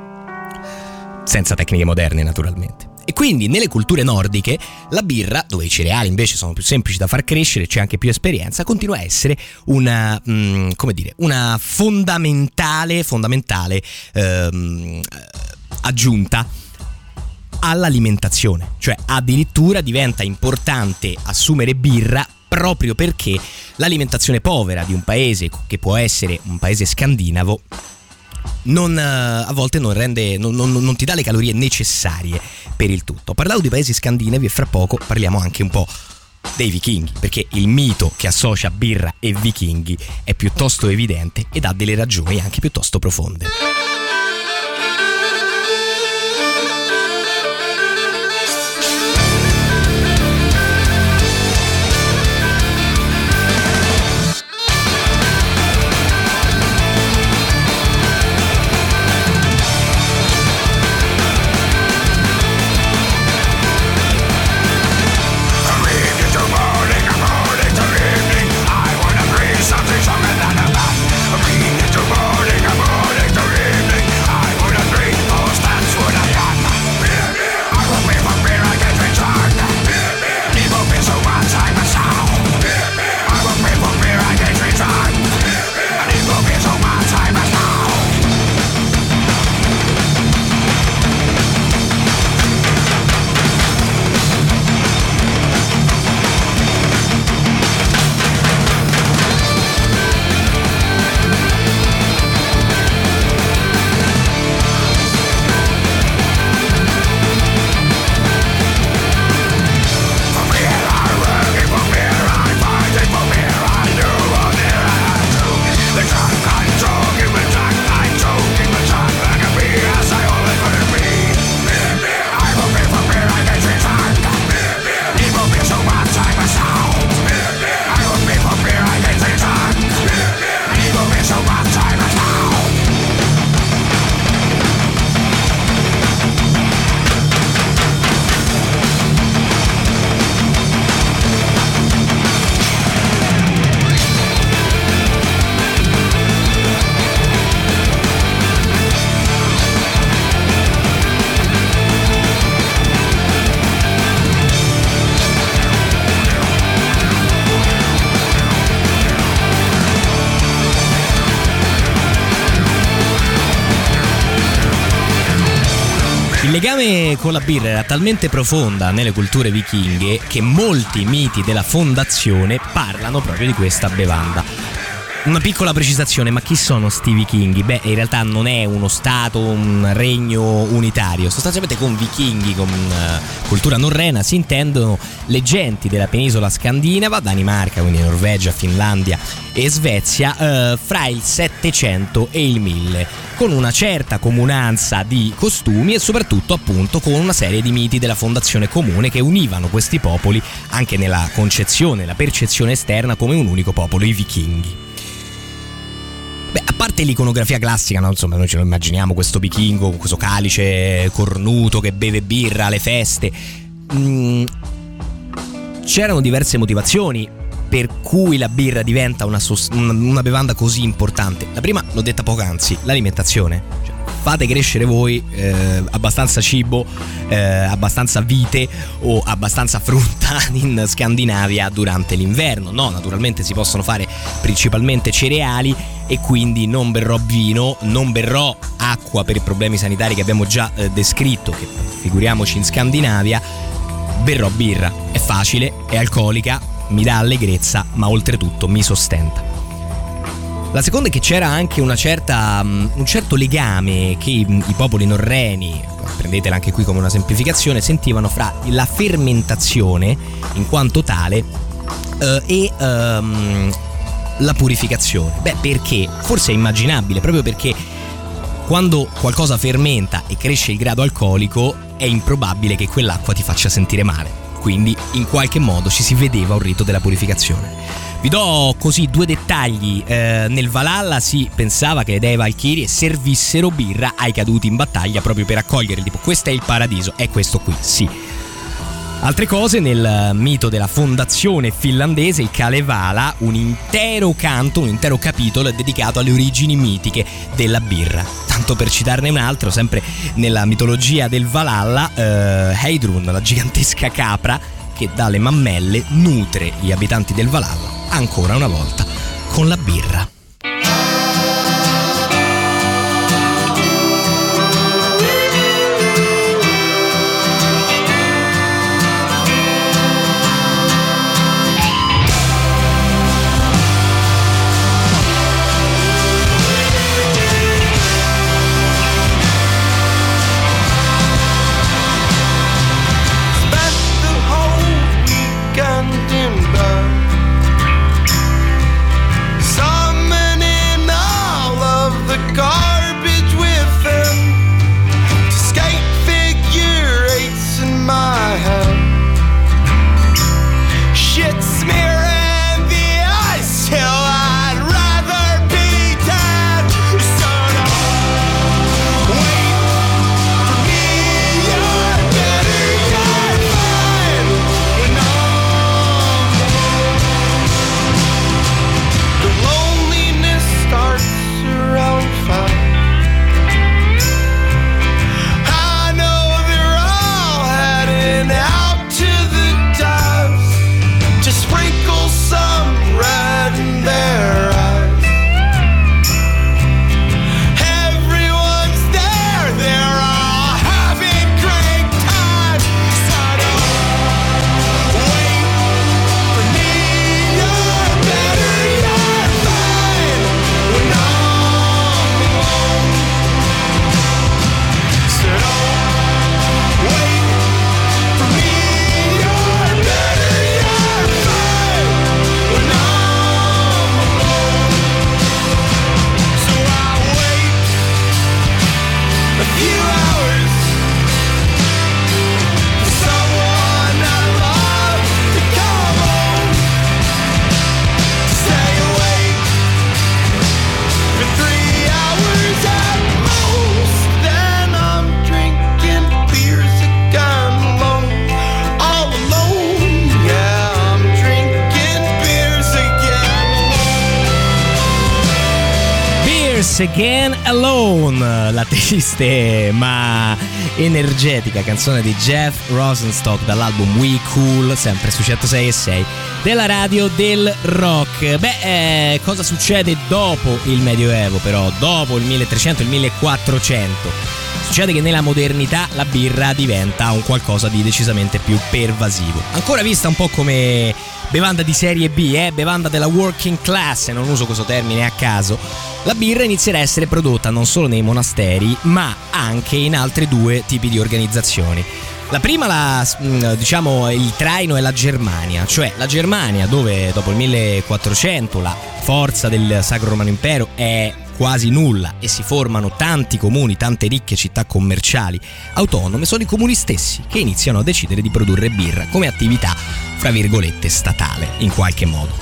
vino. Senza tecniche moderne, naturalmente. E quindi nelle culture nordiche la birra, dove i cereali invece sono più semplici da far crescere, c'è anche più esperienza, continua a essere una, mh, come dire, una fondamentale, fondamentale ehm, aggiunta all'alimentazione. Cioè addirittura diventa importante assumere birra proprio perché l'alimentazione povera di un paese, che può essere un paese scandinavo, Non, a volte non rende non, non, non ti dà le calorie necessarie per il tutto. Parlavo di paesi scandinavi e fra poco parliamo anche un po' dei vichinghi, perché il mito che associa birra e vichinghi è piuttosto evidente ed ha delle ragioni anche piuttosto profonde. Something stronger than a bat. Read into morning, a morning to evening. Il legame con la birra era talmente profonda nelle culture vichinghe che molti miti della fondazione parlano proprio di questa bevanda. Una piccola precisazione, ma chi sono sti vichinghi? Beh, in realtà non è uno stato, un regno unitario. Sostanzialmente con vichinghi, con uh, cultura norrena, si intendono le genti della penisola scandinava, Danimarca, quindi Norvegia, Finlandia e Svezia, uh, fra il settecento e il mille, con una certa comunanza di costumi e soprattutto appunto con una serie di miti della fondazione comune che univano questi popoli anche nella concezione, la percezione esterna come un unico popolo, i vichinghi. Beh, a parte l'iconografia classica, no? Insomma, noi ce lo immaginiamo questo vichingo con questo calice cornuto che beve birra alle feste. Mm, c'erano diverse motivazioni per cui la birra diventa una, sost- una bevanda così importante. La prima, l'ho detta poc'anzi, l'alimentazione. Cioè, fate crescere voi eh, abbastanza cibo, eh, abbastanza vite o abbastanza frutta in Scandinavia durante l'inverno. No, naturalmente si possono fare principalmente cereali e quindi non berrò vino, non berrò acqua per i problemi sanitari che abbiamo già eh, descritto, che figuriamoci in Scandinavia. Berrò birra, è facile, è alcolica, mi dà allegrezza, ma oltretutto mi sostenta. La seconda è che c'era anche una certa, un certo legame che i, i popoli norreni, prendetela anche qui come una semplificazione, sentivano fra la fermentazione in quanto tale eh, e ehm, la purificazione. Beh, perché? Forse è immaginabile, proprio perché quando qualcosa fermenta e cresce il grado alcolico è improbabile che quell'acqua ti faccia sentire male. Quindi in qualche modo ci si vedeva un rito della purificazione. Vi do così due dettagli. Eh, nel Valhalla si pensava che le dee Valchirie servissero birra ai caduti in battaglia proprio per accogliere, tipo, questo è il paradiso, è questo qui, sì. Altre cose, nel mito della fondazione finlandese, il Kalevala, un intero canto, un intero capitolo è dedicato alle origini mitiche della birra. Tanto per citarne un altro, sempre nella mitologia del Valhalla, eh, Heidrun, la gigantesca capra che dalle mammelle nutre gli abitanti del Valhalla, ancora una volta, con la birra. Once Again Alone, la triste ma energetica canzone di Jeff Rosenstock dall'album We Cool, sempre su centosei e sei della radio del rock. Beh, eh, cosa succede dopo il Medioevo però, dopo il milletrecento, il millequattrocento? Succede che nella modernità la birra diventa un qualcosa di decisamente più pervasivo, ancora vista un po' come bevanda di serie B, eh? bevanda della working class, e non uso questo termine a caso. La birra inizierà a essere prodotta non solo nei monasteri, ma anche in altri due tipi di organizzazioni. La prima, la, diciamo, il traino è la Germania, cioè la Germania dove dopo il millequattrocento la forza del Sacro Romano Impero è quasi nulla e si formano tanti comuni, tante ricche città commerciali autonome, sono i comuni stessi che iniziano a decidere di produrre birra come attività, fra virgolette, statale in qualche modo.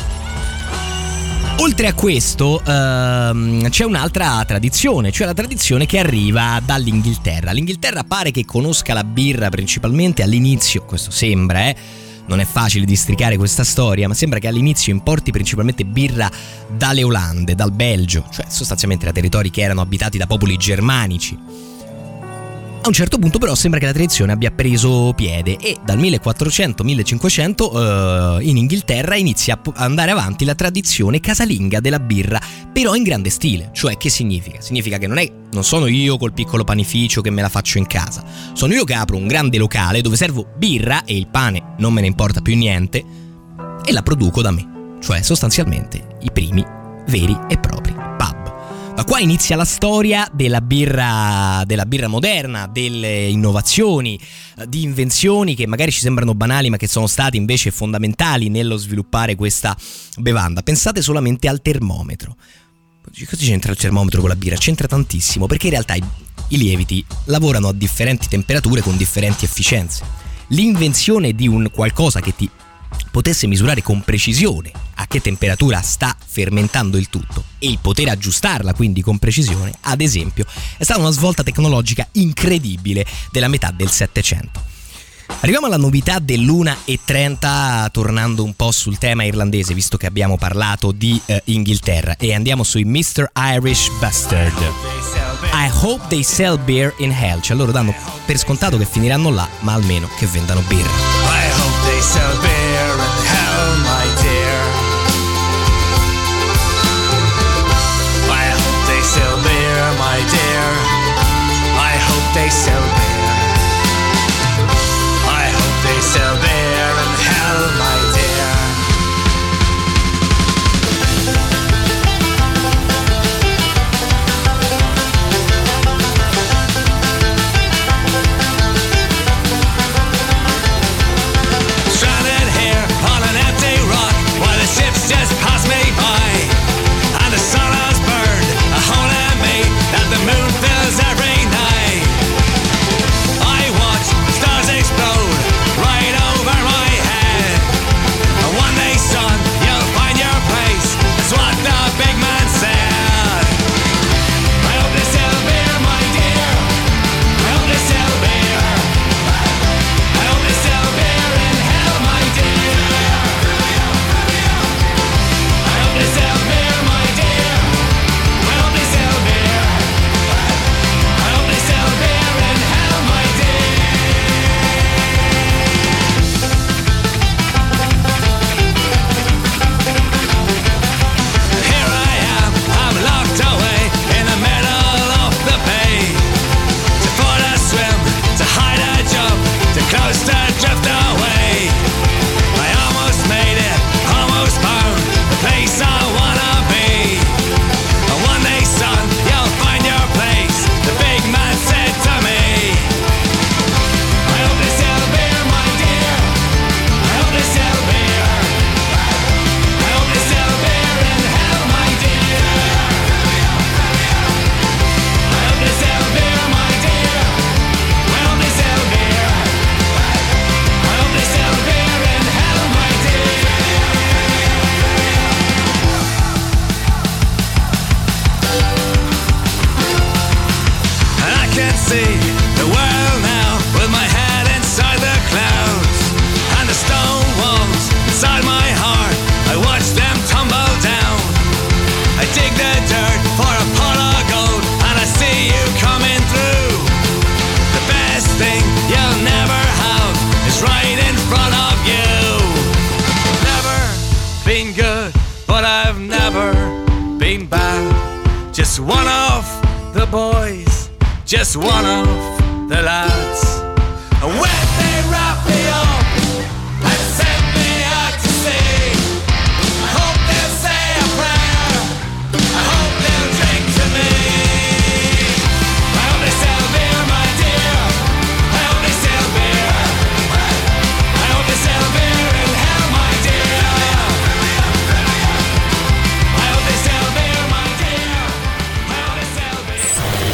Oltre a questo ehm, c'è un'altra tradizione, cioè la tradizione che arriva dall'Inghilterra. L'Inghilterra pare che conosca la birra principalmente all'inizio, questo sembra, eh non è facile districare questa storia, ma sembra che all'inizio importi principalmente birra dalle Olande, dal Belgio, cioè sostanzialmente da territori che erano abitati da popoli germanici. A un certo punto però sembra che la tradizione abbia preso piede e dal millequattrocento millecinquecento eh, in Inghilterra inizia a andare avanti la tradizione casalinga della birra, però in grande stile. Cioè, che significa? Significa che non è non sono io col piccolo panificio che me la faccio in casa, sono io che apro un grande locale dove servo birra e il pane non me ne importa più niente e la produco da me, cioè sostanzialmente i primi veri e propri pub. Da qua inizia la storia della birra, della birra moderna, delle innovazioni, di invenzioni che magari ci sembrano banali ma che sono state invece fondamentali nello sviluppare questa bevanda. Pensate solamente al termometro. Cosa c'entra il termometro con la birra? C'entra tantissimo, perché in realtà i, i lieviti lavorano a differenti temperature con differenti efficienze. L'invenzione di un qualcosa che ti potesse misurare con precisione a che temperatura sta fermentando il tutto e il poter aggiustarla quindi con precisione, ad esempio, è stata una svolta tecnologica incredibile della metà del Settecento. Arriviamo alla novità dell'una e trenta, tornando un po' sul tema irlandese, visto che abbiamo parlato di uh, Inghilterra, e andiamo sui mister Irish Bastard. I hope they sell beer in hell, cioè loro danno per scontato che finiranno là, ma almeno che vendano birra. I hope they sell beer in hell, my dear. I hope they sell beer, my dear. I hope they sell beer. I hope they sell beer in hell, my dear. Stranded here the boys, just one of the lads. And when they wrap me up and send me out to sea, I hope they'll say a prayer, I hope they'll drink to me. I hope they sell beer, my dear, I hope they sell beer, I hope they sell beer in hell, my dear, I hope they sell beer, my dear, I hope they sell beer.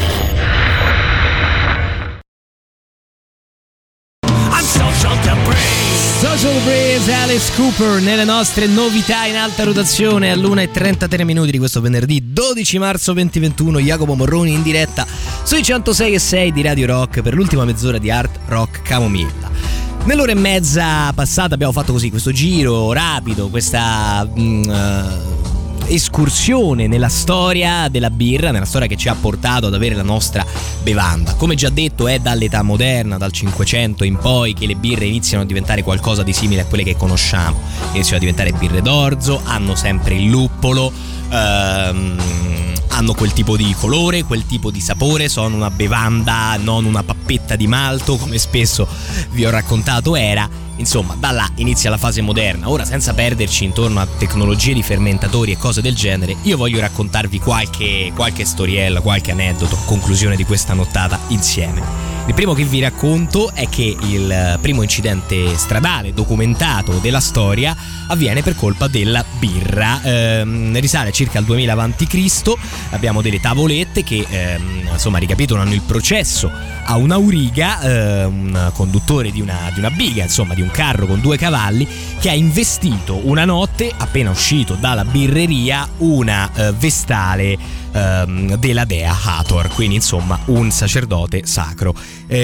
I'm social debris. Social Breeze, Alice Cooper nelle nostre novità in alta rotazione all'una e trentatré minuti di questo venerdì dodici marzo duemilaventuno. Jacopo Morroni in diretta sui centosei e sei di Radio Rock per l'ultima mezz'ora di Art Rock Camomilla. Nell'ora e mezza passata abbiamo fatto così questo giro rapido, questa mm, uh, escursione nella storia della birra, nella storia che ci ha portato ad avere la nostra bevanda. Come già detto, è dall'età moderna, dal Cinquecento in poi, che le birre iniziano a diventare qualcosa di simile a quelle che conosciamo. Iniziano a diventare birre d'orzo, hanno sempre il luppolo, ehm, hanno quel tipo di colore, quel tipo di sapore, sono una bevanda, non una pappetta di malto, come spesso vi ho raccontato era. Insomma, da là inizia la fase moderna. Ora, senza perderci intorno a tecnologie di fermentatori e cose del genere, io voglio raccontarvi qualche, qualche storiella, qualche aneddoto, conclusione di questa nottata insieme. Il primo che vi racconto è che il primo incidente stradale documentato della storia avviene per colpa della birra. Ehm, risale circa al duemila avanti Cristo. Abbiamo delle tavolette che ehm, insomma ricapitolano il processo a un auriga, eh, un conduttore di una, di una biga, insomma di un carro con due cavalli, che ha investito una notte, appena uscito dalla birreria, una eh, vestale ehm, della dea Hathor, quindi insomma un sacerdote sacro.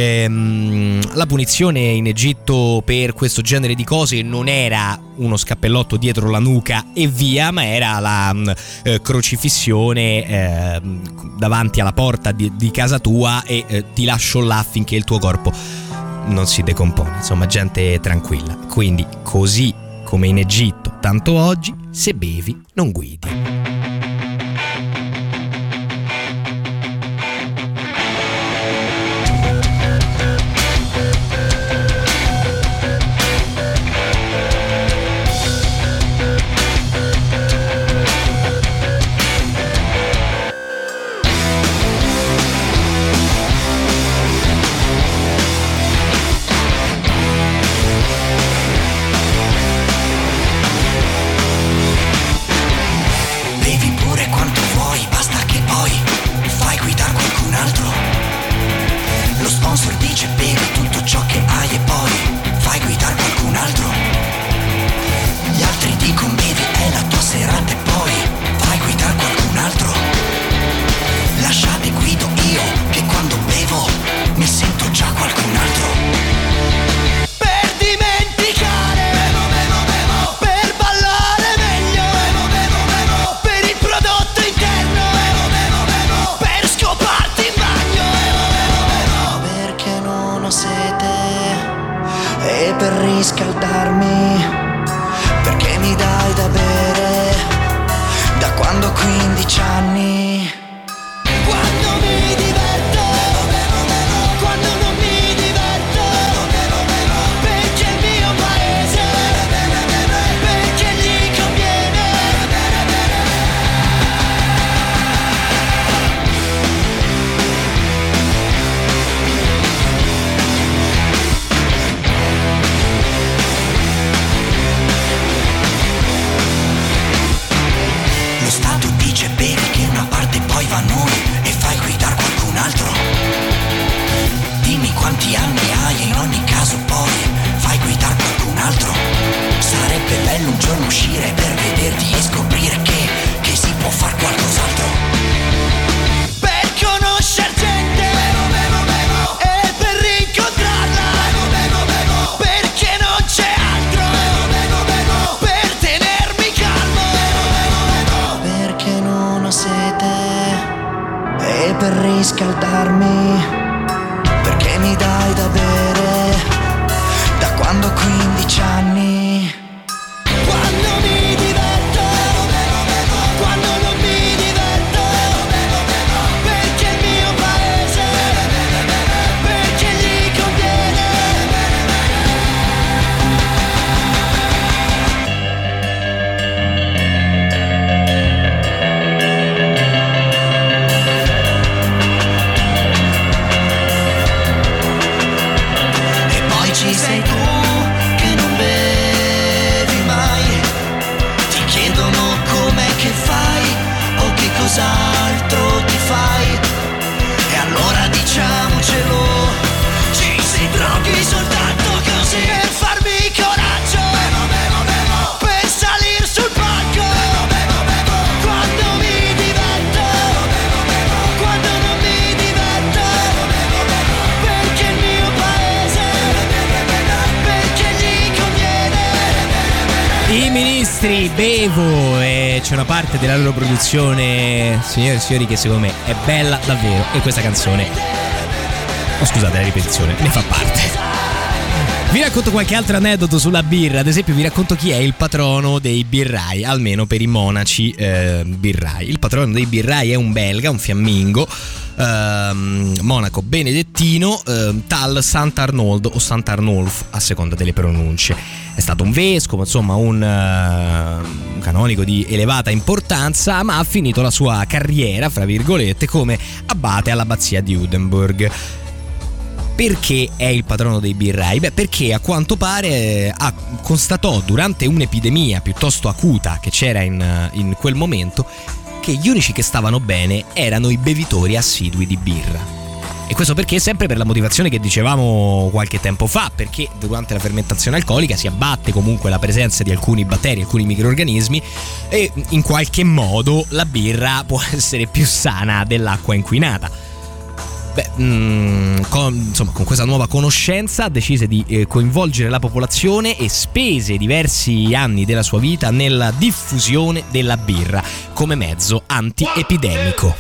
Ehm, la punizione in Egitto per questo genere di cose non era uno scappellotto dietro la nuca e via, ma era la eh, crocifissione eh, davanti alla porta di, di casa tua e eh, ti lascio là finché il tuo corpo non si decompone. Insomma, gente tranquilla. Quindi, così come in Egitto, tanto oggi, se bevi non guidi. Perché il mio maestri Bevo, e c'è una parte della loro produzione, signore e signori, che secondo me è bella davvero, e questa canzone, oh scusate la ripetizione, ne fa parte. Vi racconto qualche altro aneddoto sulla birra. Ad esempio vi racconto chi è il patrono dei birrai, almeno per i monaci eh, birrai. Il patrono dei birrai è un belga, un fiammingo, eh, monaco benedettino, eh, tal Sant'Arnoldo o Sant'Arnolf a seconda delle pronunce. È stato un vescovo, insomma un, uh, un canonico di elevata importanza, ma ha finito la sua carriera, fra virgolette, come abate all'abbazia di Udenburg. Perché è il patrono dei birrai? Beh, perché a quanto pare eh, ha, constatò durante un'epidemia piuttosto acuta che c'era in, in quel momento che gli unici che stavano bene erano i bevitori assidui di birra. E questo perché? Sempre per la motivazione che dicevamo qualche tempo fa, perché durante la fermentazione alcolica si abbatte comunque la presenza di alcuni batteri, alcuni microrganismi, e in qualche modo la birra può essere più sana dell'acqua inquinata. Beh, mh, con, insomma, con questa nuova conoscenza decise di eh, coinvolgere la popolazione e spese diversi anni della sua vita nella diffusione della birra come mezzo antiepidemico.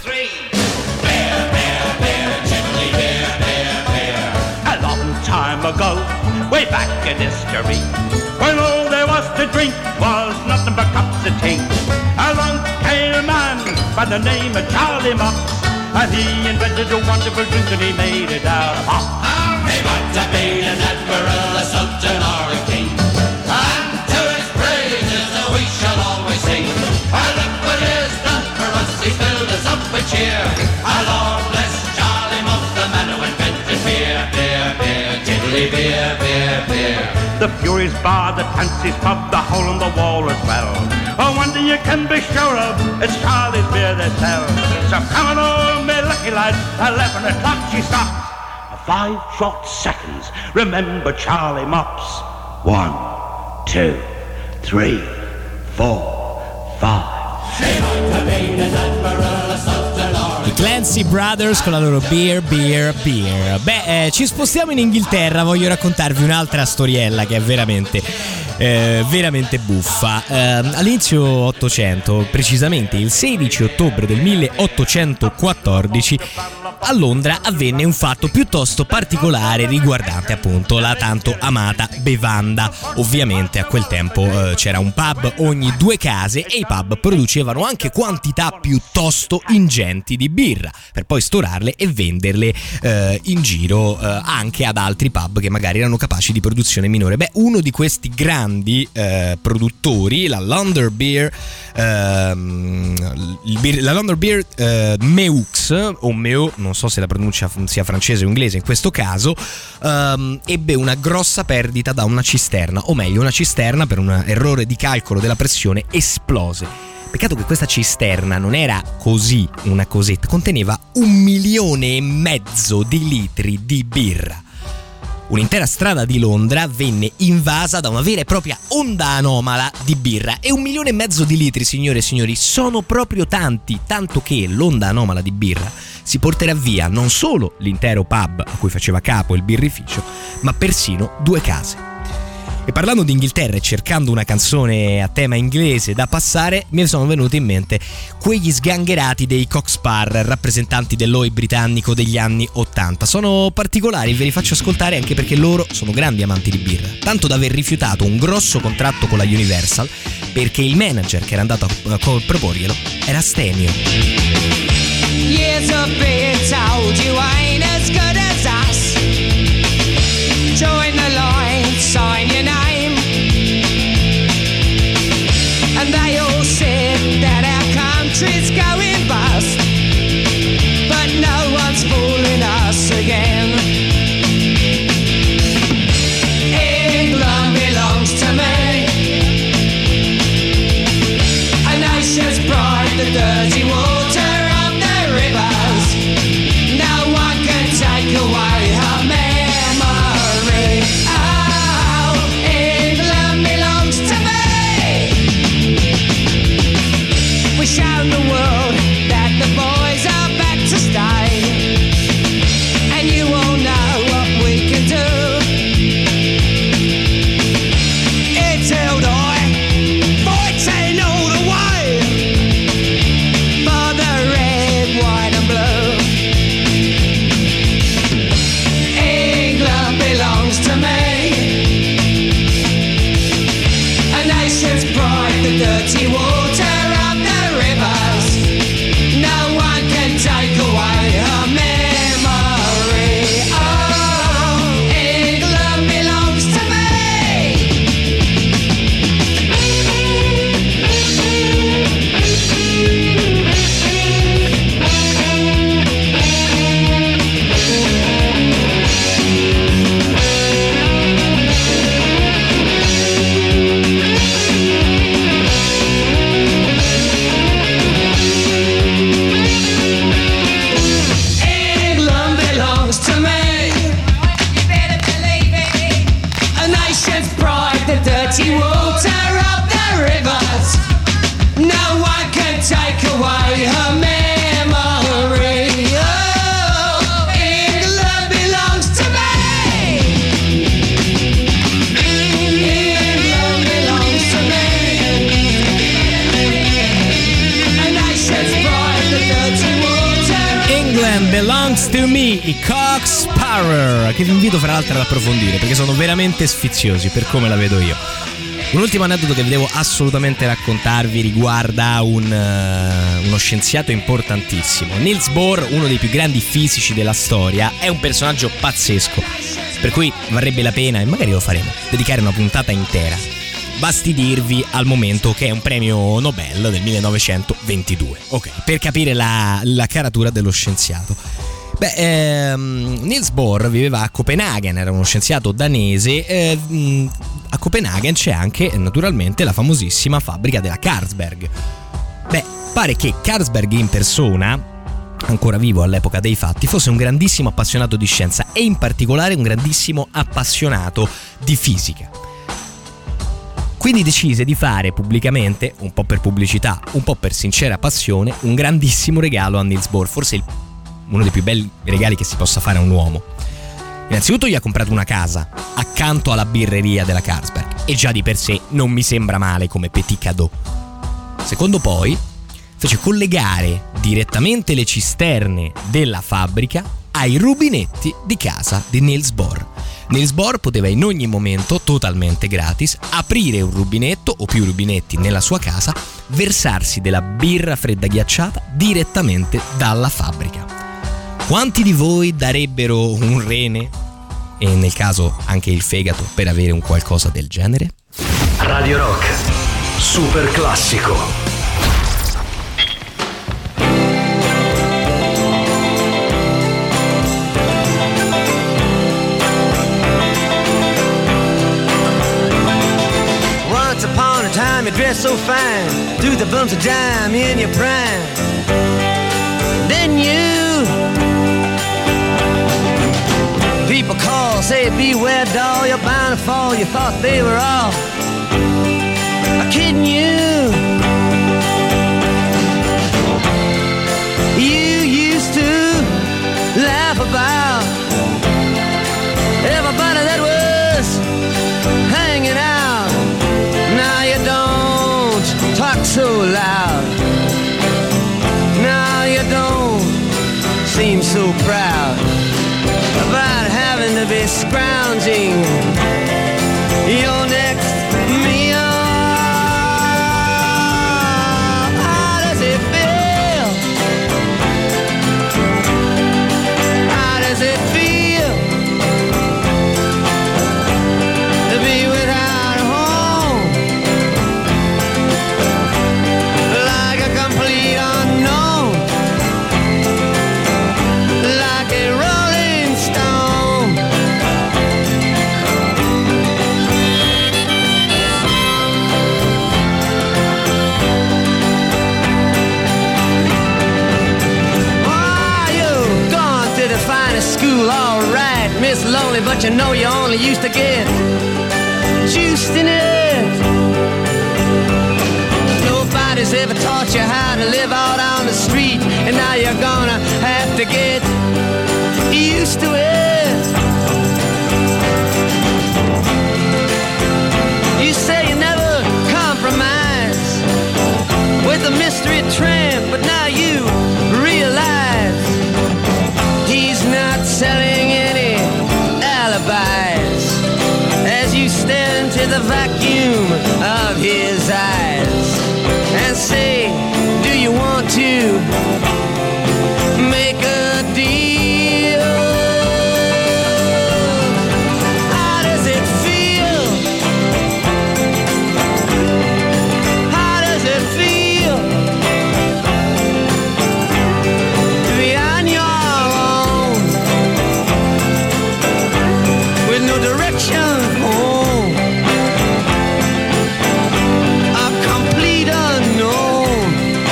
A long time ago, way back in history, when all there was to drink was nothing but cups of tea, along came a man by the name of Charlie Mops. And he invented a wonderful drink and he made it out of hop. He might have been an admiral, a sultan or a king, and to his praises we shall always sing. And look what he has done for us, he filled us up with cheer. And Lord bless Charlie Mops, the man who invented beer, beer, beer, tiddly beer, beer, beer. The Furies Bar, the Fancy's Pub, the Hole in the Wall as well. Oh, one thing you can be sure of, it's Charlie's beer they sell. So come on, all me lucky lads, eleven o'clock she stops. Five short seconds, remember Charlie Mops. One, two, three, four, five. I Clancy Brothers con la loro Beer, Beer, Beer. Beh, eh, ci spostiamo in Inghilterra, voglio raccontarvi un'altra storiella che è veramente... Eh, veramente buffa. Eh, all'inizio Ottocento, precisamente il sedici ottobre del milleottocentoquattordici, a Londra avvenne un fatto piuttosto particolare riguardante appunto la tanto amata bevanda. Ovviamente a quel tempo eh, c'era un pub ogni due case e i pub producevano anche quantità piuttosto ingenti di birra per poi storarle e venderle eh, in giro eh, anche ad altri pub che magari erano capaci di produzione minore. Beh, uno di questi grandi Eh, produttori, la London Beer, ehm, beer la London Beer eh, Meux o Meux, non so se la pronuncia sia francese o inglese in questo caso, ehm, ebbe una grossa perdita da una cisterna, o meglio una cisterna per un errore di calcolo della pressione esplose. Peccato che questa cisterna non era così una cosetta, conteneva un milione e mezzo di litri di birra. Un'intera strada di Londra venne invasa da una vera e propria onda anomala di birra, e un milione e mezzo di litri, signore e signori, sono proprio tanti, tanto che l'onda anomala di birra si porterà via non solo l'intero pub a cui faceva capo il birrificio, ma persino due case. E parlando di Inghilterra e cercando una canzone a tema inglese da passare, mi sono venuti in mente quegli sgangherati dei Cockspur, rappresentanti dell'O I britannico degli anni ottanta. Sono particolari, ve li faccio ascoltare anche perché loro sono grandi amanti di birra, tanto da aver rifiutato un grosso contratto con la Universal perché il manager che era andato a proporglielo era astemio. Years of being told you ain't as good as us. Join the line, sign your name. And they all said that our country's going bust, but no one's fooling us again. England belongs to me, a nation's pride, the dirty water of the rivers. No one can take away Next to Me, i Cocksparrer, che vi invito fra l'altro ad approfondire perché sono veramente sfiziosi per come la vedo io. Un ultimo aneddoto che vi devo assolutamente raccontarvi riguarda un, uh, uno scienziato importantissimo. Niels Bohr, uno dei più grandi fisici della storia, è un personaggio pazzesco, per cui varrebbe la pena, e magari lo faremo, dedicare una puntata intera. Basti dirvi al momento che è un premio Nobel del millenovecentoventidue, ok, per capire la, la caratura dello scienziato. Beh, ehm, Niels Bohr viveva a Copenaghen, era uno scienziato danese. eh, A Copenaghen c'è anche naturalmente la famosissima fabbrica della Carlsberg. Beh, pare che Carlsberg in persona, ancora vivo all'epoca dei fatti, fosse un grandissimo appassionato di scienza e in particolare un grandissimo appassionato di fisica. Quindi decise di fare pubblicamente, un po' per pubblicità, un po' per sincera passione, un grandissimo regalo a Niels Bohr, forse il, uno dei più belli regali che si possa fare a un uomo. Innanzitutto gli ha comprato una casa accanto alla birreria della Carlsberg e già di per sé non mi sembra male come petit cadeau. Secondo poi fece collegare direttamente le cisterne della fabbrica ai rubinetti di casa di Niels Bohr. Niels Bohr poteva in ogni momento, totalmente gratis, aprire un rubinetto o più rubinetti nella sua casa, versarsi della birra fredda ghiacciata direttamente dalla fabbrica. Quanti di voi darebbero un rene e nel caso anche il fegato per avere un qualcosa del genere? Radio Rock, super classico. Once upon a time you dressed so fine, threw the bumps of dime in your prime. Then you people call, say beware doll, you're bound to fall. You thought they were all kidding you. You used to laugh about everybody that was hanging out. Now you don't talk so loud. Now you don't seem so proud about having to be scrounging your next meal. How does it feel? How does it feel to be without a home? Like a complete unknown, like a rolling stone. Oh, you've gone to the finest school, all right, Miss Lonely, but you know you only used to get juiced in it. Nobody's ever taught you how to live out on the street, and now you're gonna have to get used to it. You say you never compromise with a mystery tramp, but now you realize he's not selling any alibis as you stare into the vacuum of his eyes and say, do you want to make a deal? How does it feel? How does it feel to be on your own with no direction home? A complete unknown,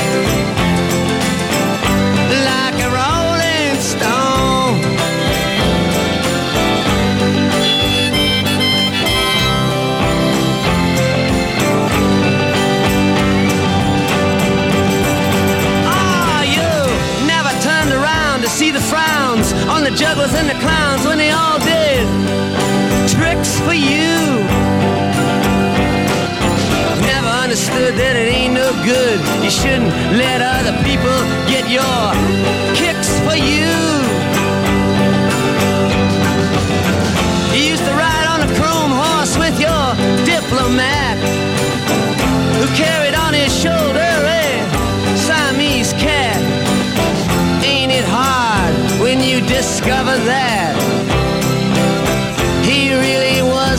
like a rolling stone. Ah, you never turned around to see the frowns on the jugglers and the clowns when they all did tricks for you. Never understood that it ain't no good. You shouldn't let other people get your kicks for you.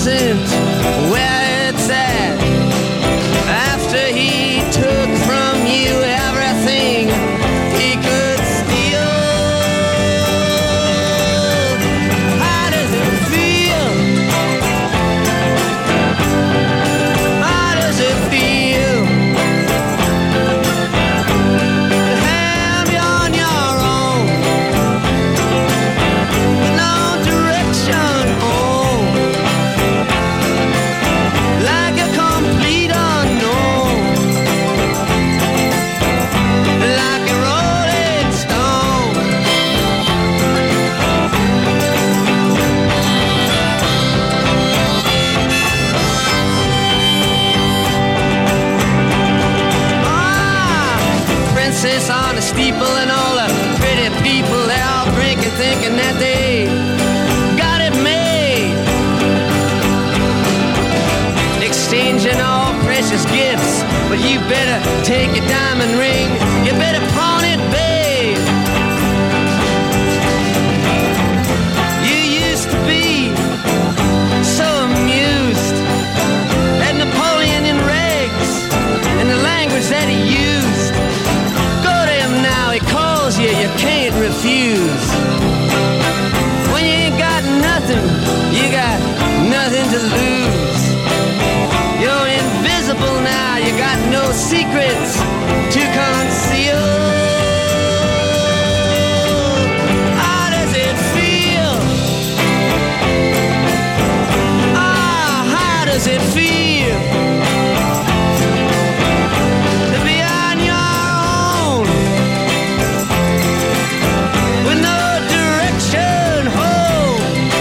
wasn't where it's at. After he took from you everything he could steal. How does it feel? How does it feel to have you on your own with no direction home, like a complete unknown, like a rolling stone? Ah, princess on a steeple and all the pretty people, they're all drinking, thinking that they got it made, exchanging all precious gifts. But you better take your diamond ring, you better pawn it, babe. You used to be so amused at Napoleon in rags and the language that he used. Go to him now, he calls you, you can't refuse. When you ain't got nothing, you got nothing to lose. You're invisible now, you got no secrets to conceal. How does it feel? Ah, how does it feel to be on your own with no direction home,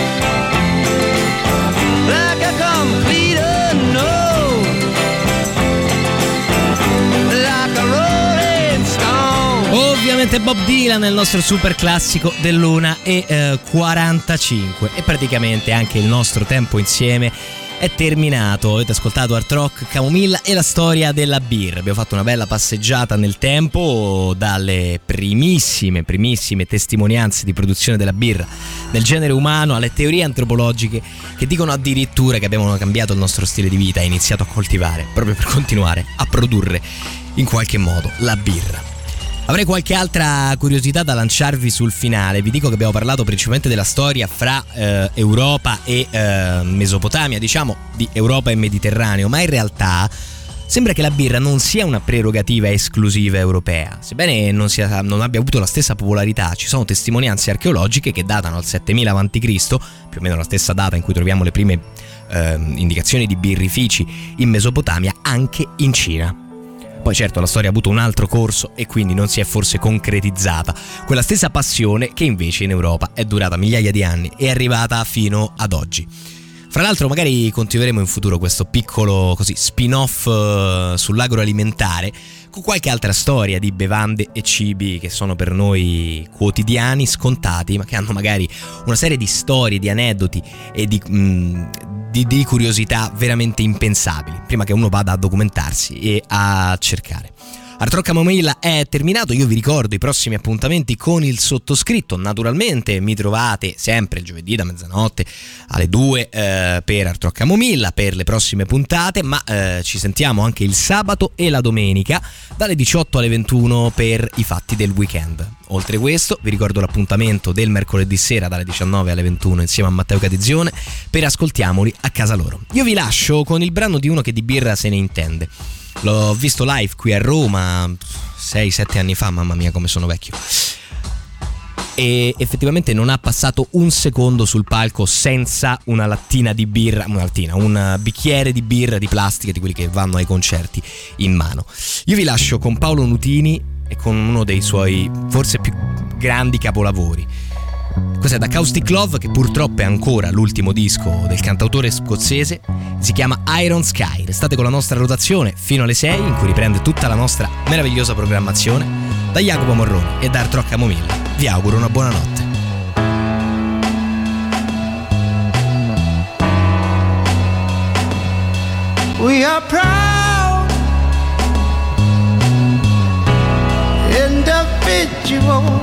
like a complete unknown, like a rolling stone? Ovviamente Bob Dylan nel nostro super classico dell'una e quarantacinque, e praticamente anche il nostro tempo insieme è terminato. Avete ascoltato Art Rock Camomilla e la storia della birra. Abbiamo fatto una bella passeggiata nel tempo, dalle primissime primissime testimonianze di produzione della birra nel genere umano alle teorie antropologiche che dicono addirittura che abbiamo cambiato il nostro stile di vita e iniziato a coltivare proprio per continuare a produrre in qualche modo la birra. Avrei qualche altra curiosità da lanciarvi sul finale. Vi dico che abbiamo parlato principalmente della storia fra eh, Europa e eh, Mesopotamia, diciamo di Europa e Mediterraneo, ma in realtà sembra che la birra non sia una prerogativa esclusiva europea. Sebbene non, sia, non abbia avuto la stessa popolarità, ci sono testimonianze archeologiche che datano al settemila avanti Cristo, più o meno la stessa data in cui troviamo le prime eh, indicazioni di birrifici in Mesopotamia, anche in Cina. Poi certo la storia ha avuto un altro corso e quindi non si è forse concretizzata quella stessa passione che invece in Europa è durata migliaia di anni e è arrivata fino ad oggi. Fra l'altro magari continueremo in futuro questo piccolo così spin-off uh, sull'agroalimentare con qualche altra storia di bevande e cibi che sono per noi quotidiani, scontati, ma che hanno magari una serie di storie, di aneddoti e di... Mm, Di, di curiosità veramente impensabili, prima che uno vada a documentarsi e a cercare. Art Rock Camomilla è terminato, io vi ricordo i prossimi appuntamenti con il sottoscritto. Naturalmente mi trovate sempre il giovedì da mezzanotte alle due eh, per Art Rock Camomilla per le prossime puntate, ma eh, ci sentiamo anche il sabato e la domenica dalle diciotto alle ventuno per i fatti del weekend. Oltre questo vi ricordo l'appuntamento del mercoledì sera dalle diciannove alle ventuno insieme a Matteo Catizione per Ascoltiamoli a casa loro. Io vi lascio con il brano di uno che di birra se ne intende. L'ho visto live qui a Roma sei sette anni fa, mamma mia come sono vecchio, e effettivamente non ha passato un secondo sul palco senza una lattina di birra, una lattina, un bicchiere di birra di plastica di quelli che vanno ai concerti in mano. Io vi lascio con Paolo Nutini e con uno dei suoi forse più grandi capolavori. Questo è da Caustic Love, che purtroppo è ancora l'ultimo disco del cantautore scozzese, si chiama Iron Sky. Restate con la nostra rotazione fino alle sei, in cui riprende tutta la nostra meravigliosa programmazione. Da Jacopo Morroni e da Art Rock Camomilla vi auguro una buona notte. We are proud individuals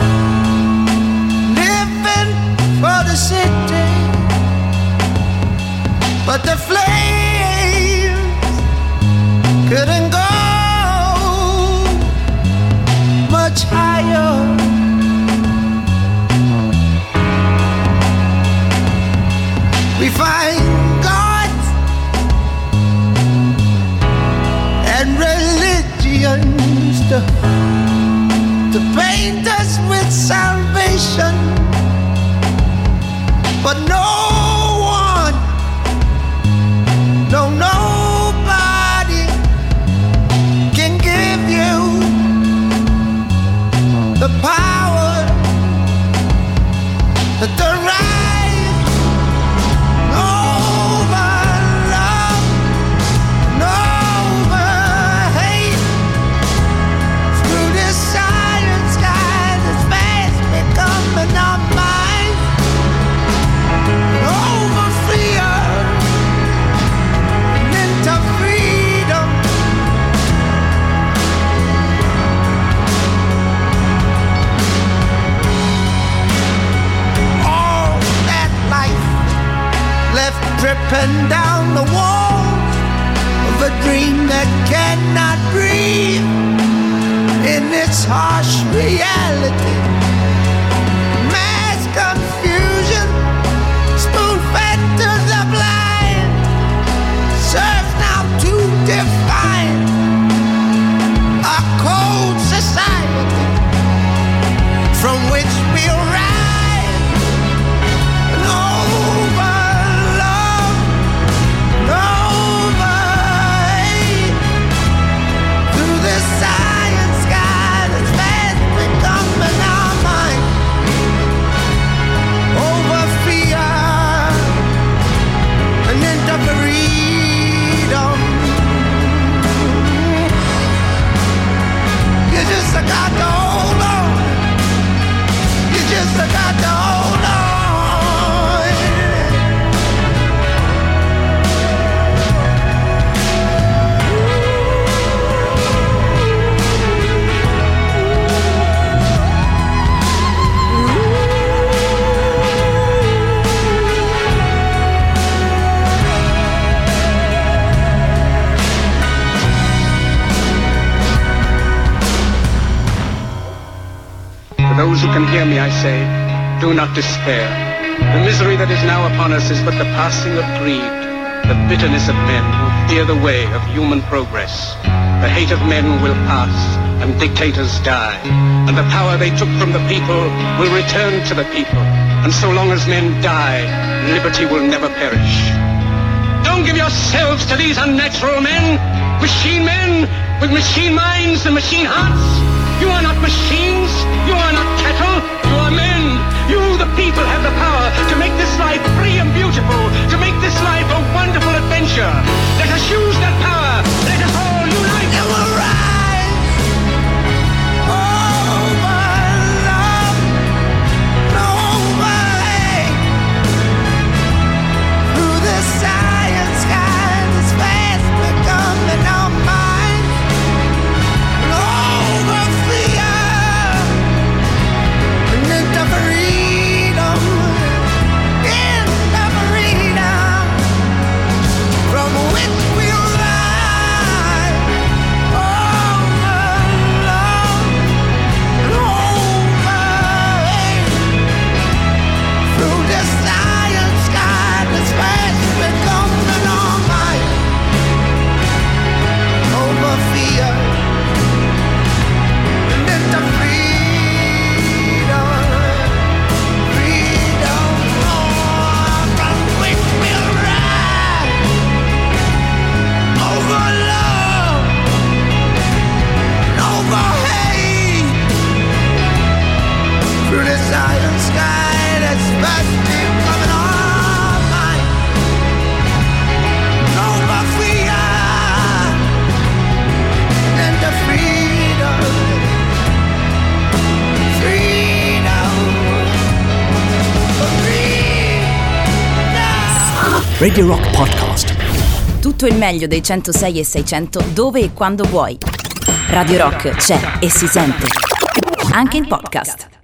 living for the city, but the flames couldn't go much higher. We find gods and religions to, to paint us with salvation, but no one, no nobody can give you the power that the right dripping down the walls of a dream that cannot breathe in its harsh reality. Mass confusion, spoon-fed to the blind, serves now to define a cold society from which we'll rise. I got to hold on. You just got to hold on. Those who can hear me, I say, do not despair. The misery that is now upon us is but the passing of greed, the bitterness of men who fear the way of human progress. The hate of men will pass, and dictators die, and the power they took from the people will return to the people. And so long as men die, liberty will never perish. Don't give yourselves to these unnatural men, machine men with machine minds and machine hearts. You are not machines, you are not cattle, you are men. You, the people, have the power to make this life free and beautiful, to make this life a wonderful adventure. Let us use that power, let us all unite and we'll rise over love, over hate, through the science skies, it's fast becoming our minds. Radio Rock Podcast. Tutto il meglio dei centosei e seicento dove e quando vuoi. Radio Rock c'è e si sente. Anche in podcast.